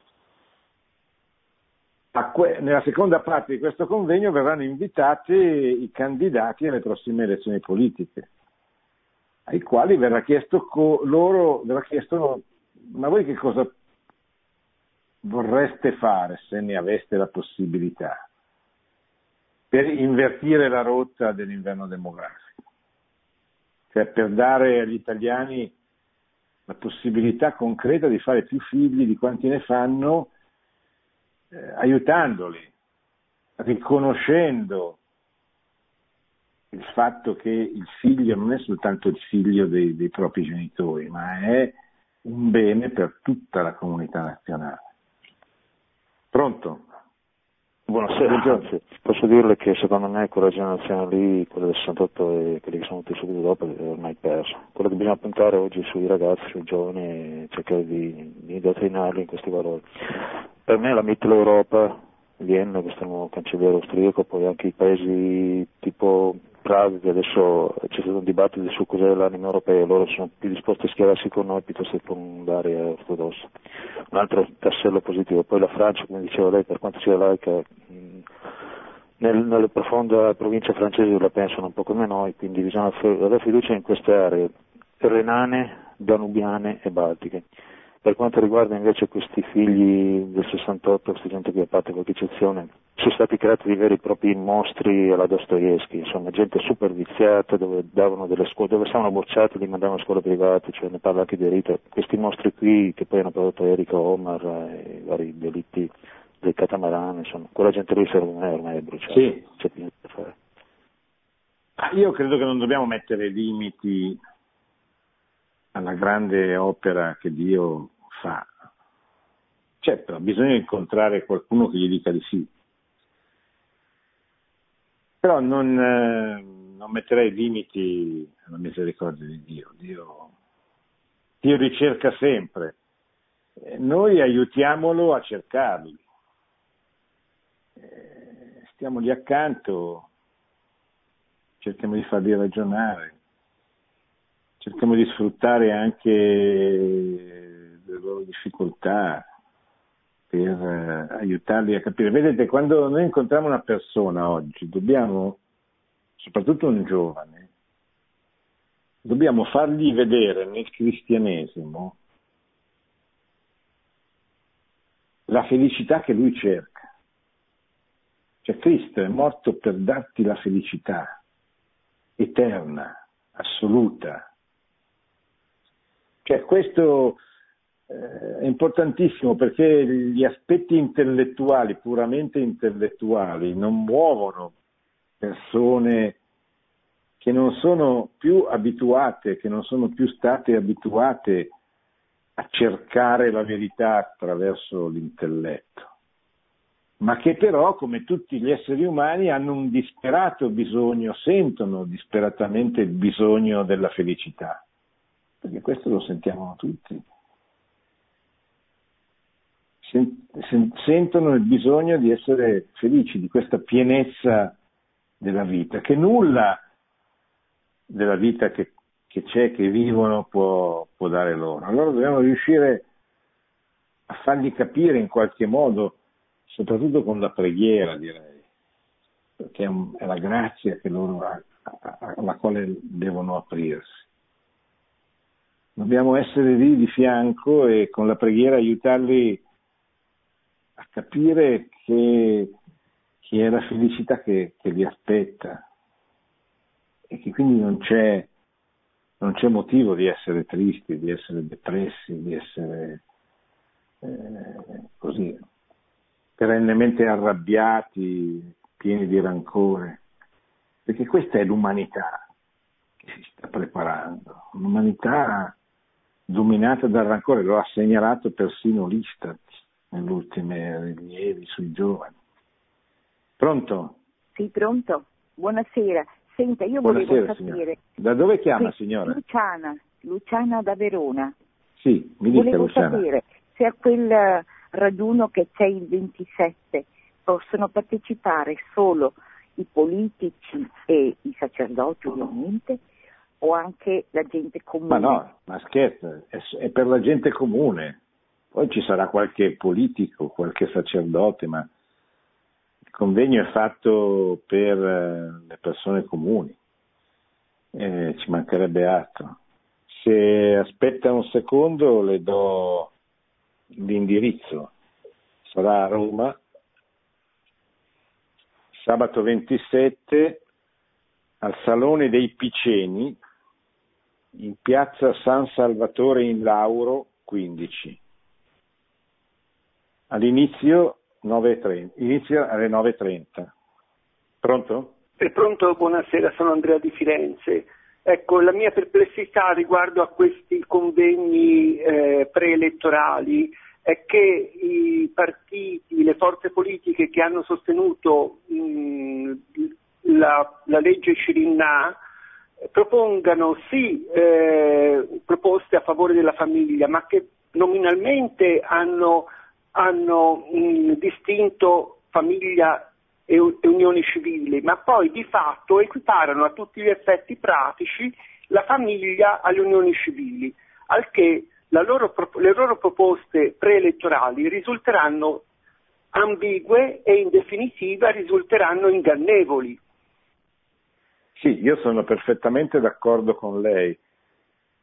A que- nella seconda parte di questo convegno verranno invitati i candidati alle prossime elezioni politiche, ai quali verrà chiesto co- loro verrà chiesto: ma voi che cosa vorreste fare se ne aveste la possibilità per invertire la rotta dell'inverno demografico? Cioè per dare agli italiani la possibilità concreta di fare più figli di quanti ne fanno, eh, aiutandoli, riconoscendo il fatto che il figlio non è soltanto il figlio dei, dei propri genitori, ma è un bene per tutta la comunità nazionale. Pronto? Buonasera, anzi, posso dirle che secondo me quella generazione lì, quella del sessantotto e quelli che sono venuti subito dopo, è ormai persa. Quello che bisogna puntare oggi sui ragazzi, sui giovani, e cercare di, di indottrinarli in questi valori. Per me la Mitteleuropa, Vienna, questo nuovo cancelliere austriaco, poi anche i paesi tipo Praga, che adesso c'è stato un dibattito su cos'è l'anima europea, loro sono più disposti a schierarsi con noi piuttosto che con l'area ortodossa. Un altro tassello positivo. Poi la Francia, come diceva lei, per quanto sia laica, mh, nel, nella profonda provincia francese la pensano un po' come noi, quindi bisogna avere fiducia in queste aree renane, danubiane e baltiche, Per quanto riguarda invece questi figli del sessantotto, questa gente che ha fatto qualche eccezione, sono stati creati dei veri e propri mostri alla Dostoevsky, insomma, gente super viziata, dove davano delle scuole, dove stavano bocciati, li mandavano a scuole private, cioè ne parla anche di Rita. Questi mostri qui che poi hanno prodotto Erika Omar e i vari delitti del catamarano, insomma, quella gente lì secondo me ormai è bruciata. Sì. C'è più da fare. Io credo che non dobbiamo mettere limiti alla grande opera che Dio fa. Certo, bisogna incontrare qualcuno che gli dica di sì. Però non, eh, non metterei limiti alla misericordia di Dio. Dio, Dio ricerca sempre. Eh, noi aiutiamolo a cercarli. Eh, stiamogli accanto, cerchiamo di farli ragionare. Cerchiamo di sfruttare anche le loro difficoltà per aiutarli a capire. Vedete, quando noi incontriamo una persona oggi, dobbiamo, soprattutto un giovane, dobbiamo fargli vedere nel cristianesimo la felicità che lui cerca. Cioè Cristo è morto per darti la felicità eterna, assoluta. Cioè questo eh, è importantissimo, perché gli aspetti intellettuali, puramente intellettuali, non muovono persone che non sono più abituate, che non sono più state abituate a cercare la verità attraverso l'intelletto, ma che però, come tutti gli esseri umani, hanno un disperato bisogno, sentono disperatamente il bisogno della felicità. Perché questo lo sentiamo tutti. Sentono il bisogno di essere felici, di questa pienezza della vita, che nulla della vita che, che c'è, che vivono, può, può dare loro. Allora dobbiamo riuscire a fargli capire in qualche modo, soprattutto con la preghiera, direi, perché è, un, è la grazia che loro, alla quale devono aprirsi. Dobbiamo essere lì di fianco e con la preghiera aiutarli a capire che, che è la felicità che, che li aspetta e che quindi non c'è, non c'è motivo di essere tristi, di essere depressi, di essere eh, così perennemente arrabbiati, pieni di rancore, perché questa è l'umanità che si sta preparando, un'umanità dominata dal rancore. Lo ha segnalato persino l'Istat nelle ultime rilievi sui giovani. Pronto? Sì, pronto. Buonasera. Senta, io Buonasera, volevo sapere... Signora. Da dove chiama, qui, signora? Luciana, Luciana da Verona. Sì, mi dica, volevo Luciana. Volevo sapere se a quel raduno che c'è il ventisette possono partecipare solo i politici e i sacerdoti, ovviamente, o anche la gente comune? Ma no, ma scherza, è, è per la gente comune. Poi ci sarà qualche politico, qualche sacerdote, ma il convegno è fatto per le persone comuni. Eh, ci mancherebbe altro. Se aspetta un secondo le do l'indirizzo. Sarà a Roma, sabato ventisette, al Salone dei Piceni, in piazza San Salvatore in Lauro quindici. All'inizio nove e trenta, inizia alle nove e trenta. Pronto? È pronto, buonasera, sono Andrea di Firenze. Ecco, la mia perplessità riguardo a questi convegni eh, preelettorali è che i partiti, le forze politiche che hanno sostenuto mh, la, la legge Cirinnà propongano sì eh, proposte a favore della famiglia, ma che nominalmente hanno, hanno mh, distinto famiglia e, e unioni civili, ma poi di fatto equiparano a tutti gli effetti pratici la famiglia alle unioni civili, al che la loro, le loro proposte preelettorali risulteranno ambigue e in definitiva risulteranno ingannevoli. Sì, io sono perfettamente d'accordo con lei,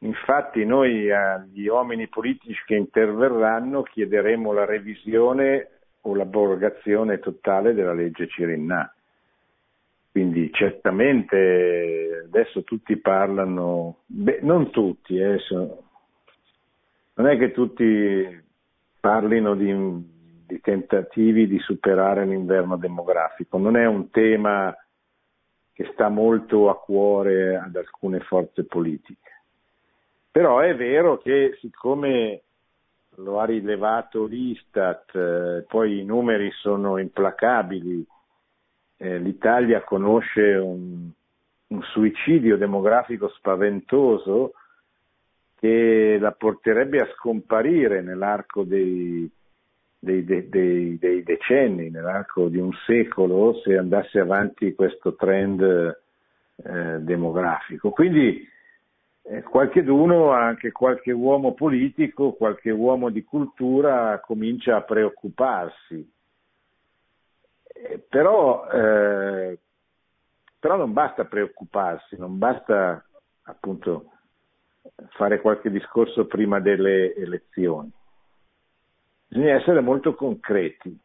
Infatti noi agli uomini politici che interverranno chiederemo la revisione o l'abrogazione totale della legge Cirinnà. Quindi certamente adesso tutti parlano, beh, non tutti, eh, so, non è che tutti parlino di, di tentativi di superare l'inverno demografico, non è un tema che sta molto a cuore ad alcune forze politiche. Però è vero che siccome lo ha rilevato l'Istat, eh, poi i numeri sono implacabili, eh, l'Italia conosce un, un suicidio demografico spaventoso che la porterebbe a scomparire nell'arco dei, dei, dei, dei, dei decenni, nell'arco di un secolo, se andasse avanti questo trend eh, demografico. Quindi Eh, qualcheduno, anche qualche uomo politico, qualche uomo di cultura comincia a preoccuparsi. Eh, però, eh, però non basta preoccuparsi, non basta appunto fare qualche discorso prima delle elezioni. Bisogna essere molto concreti.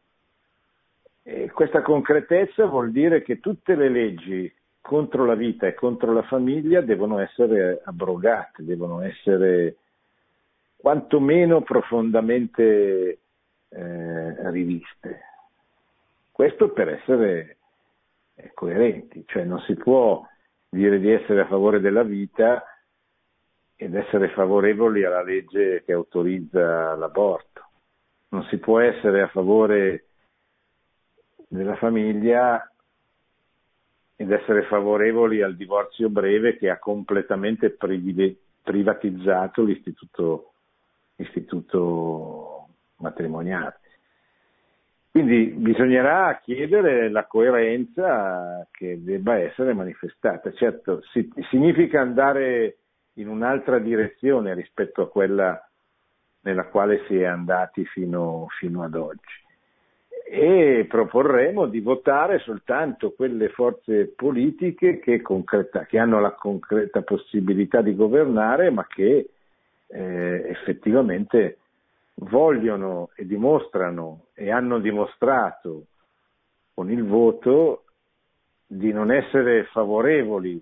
E questa concretezza vuol dire che tutte le leggi contro la vita e contro la famiglia devono essere abrogate, devono essere quantomeno profondamente eh, riviste. Questo per essere eh, coerenti, cioè non si può dire di essere a favore della vita ed essere favorevoli alla legge che autorizza l'aborto. Non si può essere a favore della famiglia ed essere favorevoli al divorzio breve che ha completamente privatizzato l'istituto, l'istituto matrimoniale. Quindi bisognerà chiedere la coerenza che debba essere manifestata. Certo, si, significa andare in un'altra direzione rispetto a quella nella quale si è andati fino, fino ad oggi. E proporremo di votare soltanto quelle forze politiche che, concreta, che hanno la concreta possibilità di governare, ma che eh, effettivamente vogliono e dimostrano e hanno dimostrato con il voto di non essere favorevoli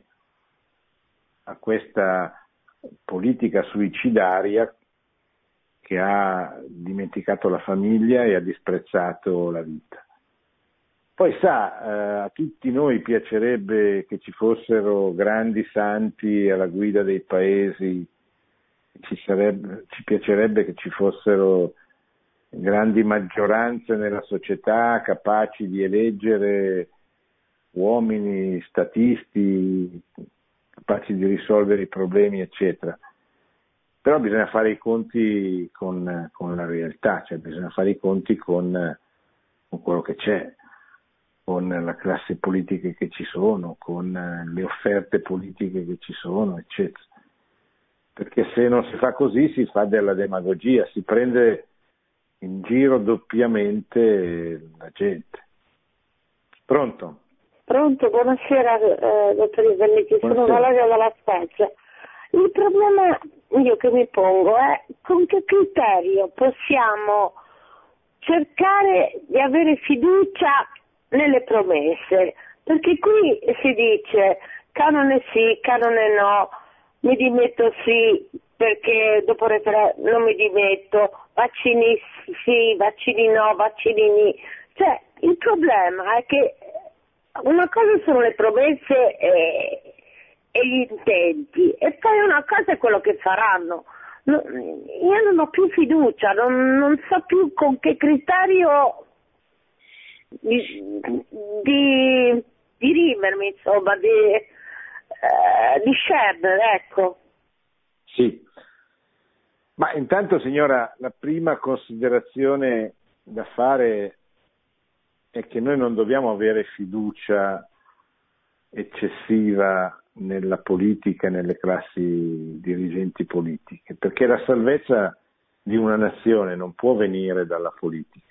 a questa politica suicidaria che ha dimenticato la famiglia e ha disprezzato la vita. Poi sa, eh, a tutti noi piacerebbe che ci fossero grandi santi alla guida dei paesi, ci, sarebbe, ci piacerebbe che ci fossero grandi maggioranze nella società capaci di eleggere uomini statisti, capaci di risolvere i problemi, eccetera. Però bisogna fare i conti con, con la realtà, cioè bisogna fare i conti con, con quello che c'è, con la classe politica che ci sono, con le offerte politiche che ci sono, eccetera. Perché se non si fa così si fa della demagogia, si prende in giro doppiamente la gente. Pronto? Pronto, buonasera eh, dottor Iselletti, sono Valeria dalla Spezia. Il problema io che mi pongo è con che criterio possiamo cercare di avere fiducia nelle promesse, perché qui si dice canone sì, canone no, mi dimetto sì perché dopo referendum non mi dimetto, vaccini sì, vaccini no, vaccini ni. Cioè il problema è che una cosa sono le promesse e e gli intenti, e poi una cosa è quello che faranno. No, io non ho più fiducia, non, non so più con che criterio di, di dirimermi, insomma, di eh, discernere, ecco. Sì, ma intanto signora, la prima considerazione da fare è che noi non dobbiamo avere fiducia eccessiva nella politica e nelle classi dirigenti politiche, perché la salvezza di una nazione non può venire dalla politica.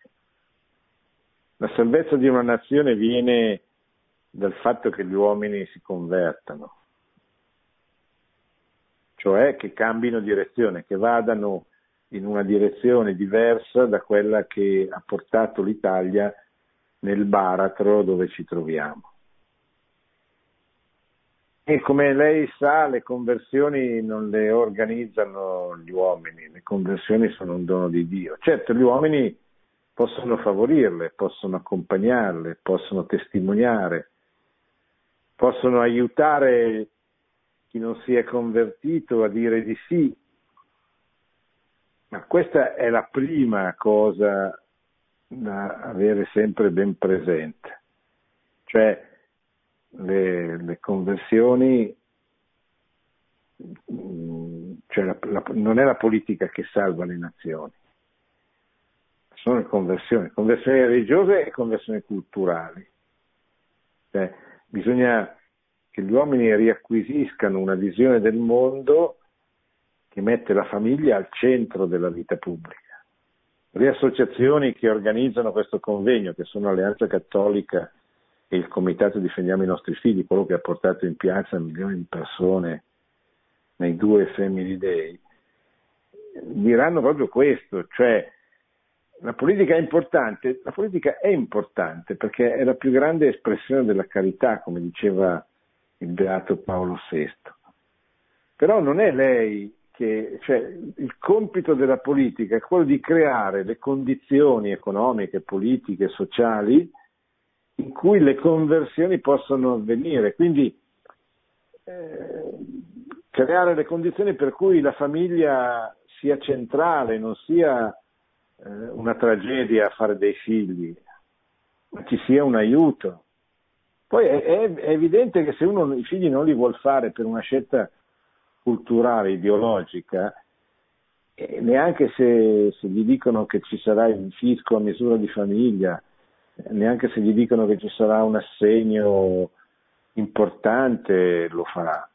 La salvezza di una nazione viene dal fatto che gli uomini si convertano. cioè che cambino direzione, che vadano in una direzione diversa da quella che ha portato l'Italia nel baratro dove ci troviamo. E come lei sa, le conversioni non le organizzano gli uomini, le conversioni sono un dono di Dio. Certo, gli uomini possono favorirle, possono accompagnarle, possono testimoniare, possono aiutare chi non si è convertito a dire di sì, ma questa è la prima cosa da avere sempre ben presente, cioè le, le conversioni, cioè la, la, non è la politica che salva le nazioni, sono le conversioni, conversioni religiose e conversioni culturali. Cioè, bisogna che gli uomini riacquisiscano una visione del mondo che mette la famiglia al centro della vita pubblica. Le associazioni che organizzano questo convegno, che sono Alleanza Cattolica e il Comitato Difendiamo i nostri figli, quello che ha portato in piazza milioni di persone nei due Family Day, diranno proprio questo, cioè la politica è importante, la politica è importante perché è la più grande espressione della carità, come diceva il beato Paolo sesto. Però non è lei che, cioè, il compito della politica è quello di creare le condizioni economiche, politiche, sociali in cui le conversioni possono avvenire, quindi eh, creare le condizioni per cui la famiglia sia centrale, non sia eh, una tragedia fare dei figli, ma ci sia un aiuto. Poi è, è, è evidente che se uno i figli non li vuol fare per una scelta culturale, ideologica, e neanche se, se gli dicono che ci sarà il fisco a misura di famiglia, neanche se gli dicono che ci sarà un assegno importante, lo farà.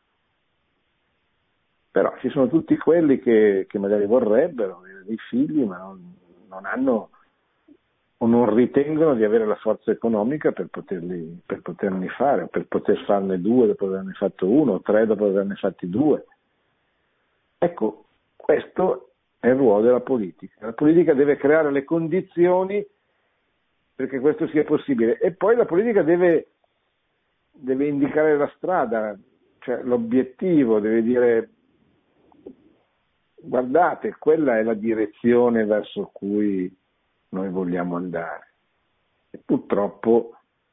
Però ci sono tutti quelli che, che magari vorrebbero avere dei figli, ma non, non hanno o non ritengono di avere la forza economica per poterli, per poterli fare, o per poter farne due dopo averne fatto uno, o tre dopo averne fatti due. Ecco, questo è il ruolo della politica. La politica deve creare le condizioni perché questo sia possibile, e poi la politica deve, deve indicare la strada, cioè l'obiettivo, deve dire guardate, quella è la direzione verso cui noi vogliamo andare. E purtroppo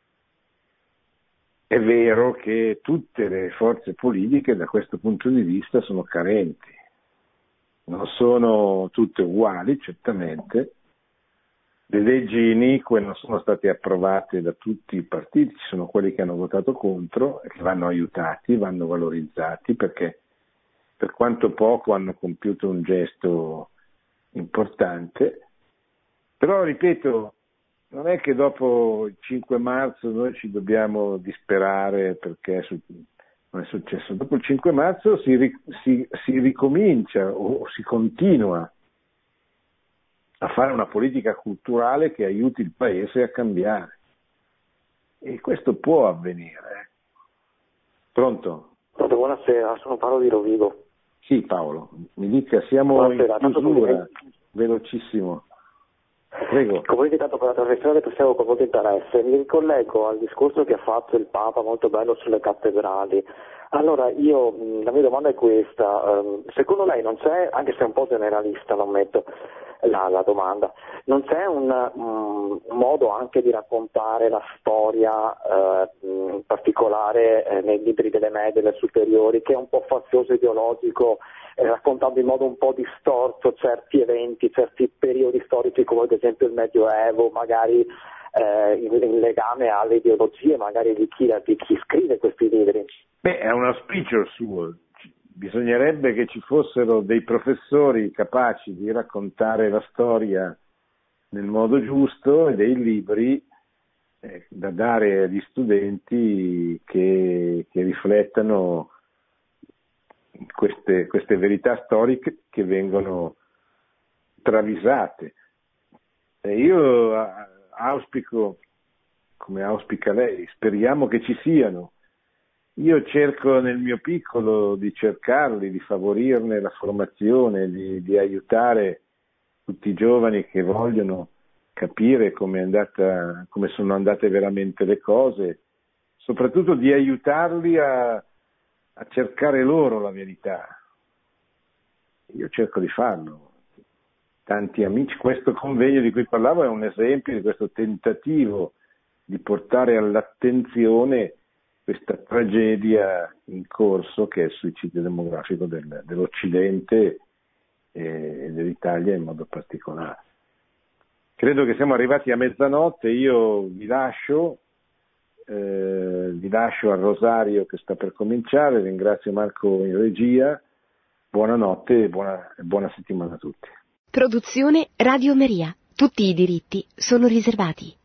è vero che tutte le forze politiche da questo punto di vista sono carenti, non sono tutte uguali, certamente. Le leggi inique non sono state approvate da tutti i partiti, ci sono quelli che hanno votato contro e che vanno aiutati, vanno valorizzati perché per quanto poco hanno compiuto un gesto importante. Però, ripeto, non è che dopo il cinque marzo noi ci dobbiamo disperare perché non è successo. Dopo il cinque marzo si, si, si ricomincia o si continua a fare una politica culturale che aiuti il Paese a cambiare. E questo può avvenire. Pronto? Pronto, buonasera, sono Paolo di Rovigo. Sì, Paolo, mi dica, siamo buonasera, in chiusura, velocissimo. Prego. Come tanto per la trasmissione che seguo con molto interesse, mi ricollego al discorso che ha fatto il Papa, molto bello, sulle cattedrali. Allora, io, la mia domanda è questa, secondo lei non c'è, anche se è un po' generalista, lo ammetto, la, la domanda, non c'è un, um, un modo anche di raccontare la storia, eh, in particolare eh, nei libri delle medie, delle superiori, che è un po' fazioso, ideologico, eh, raccontando in modo un po' distorto certi eventi, certi periodi storici, come ad esempio il Medioevo, magari eh, in, in legame alle ideologie magari di chi, di chi scrive questi libri? Beh, è un auspicio il suo. Bisognerebbe che ci fossero dei professori capaci di raccontare la storia nel modo giusto e dei libri eh, da dare agli studenti che, che riflettano queste, queste verità storiche che vengono travisate. E io auspico, come auspica lei, speriamo che ci siano Io cerco nel mio piccolo di cercarli, di favorirne la formazione, di, di aiutare tutti i giovani che vogliono capire come, è andata, come sono andate veramente le cose, soprattutto di aiutarli a, a cercare loro la verità. Io cerco di farlo. Tanti amici, questo convegno di cui parlavo è un esempio di questo tentativo di portare all'attenzione questa tragedia in corso che è il suicidio demografico del, dell'Occidente e dell'Italia in modo particolare. Credo che siamo arrivati a mezzanotte, io vi lascio, eh, vi lascio al rosario che sta per cominciare, ringrazio Marco in regia, buonanotte e buona, buona settimana a tutti. Produzione Radio Maria. Tutti i diritti sono riservati.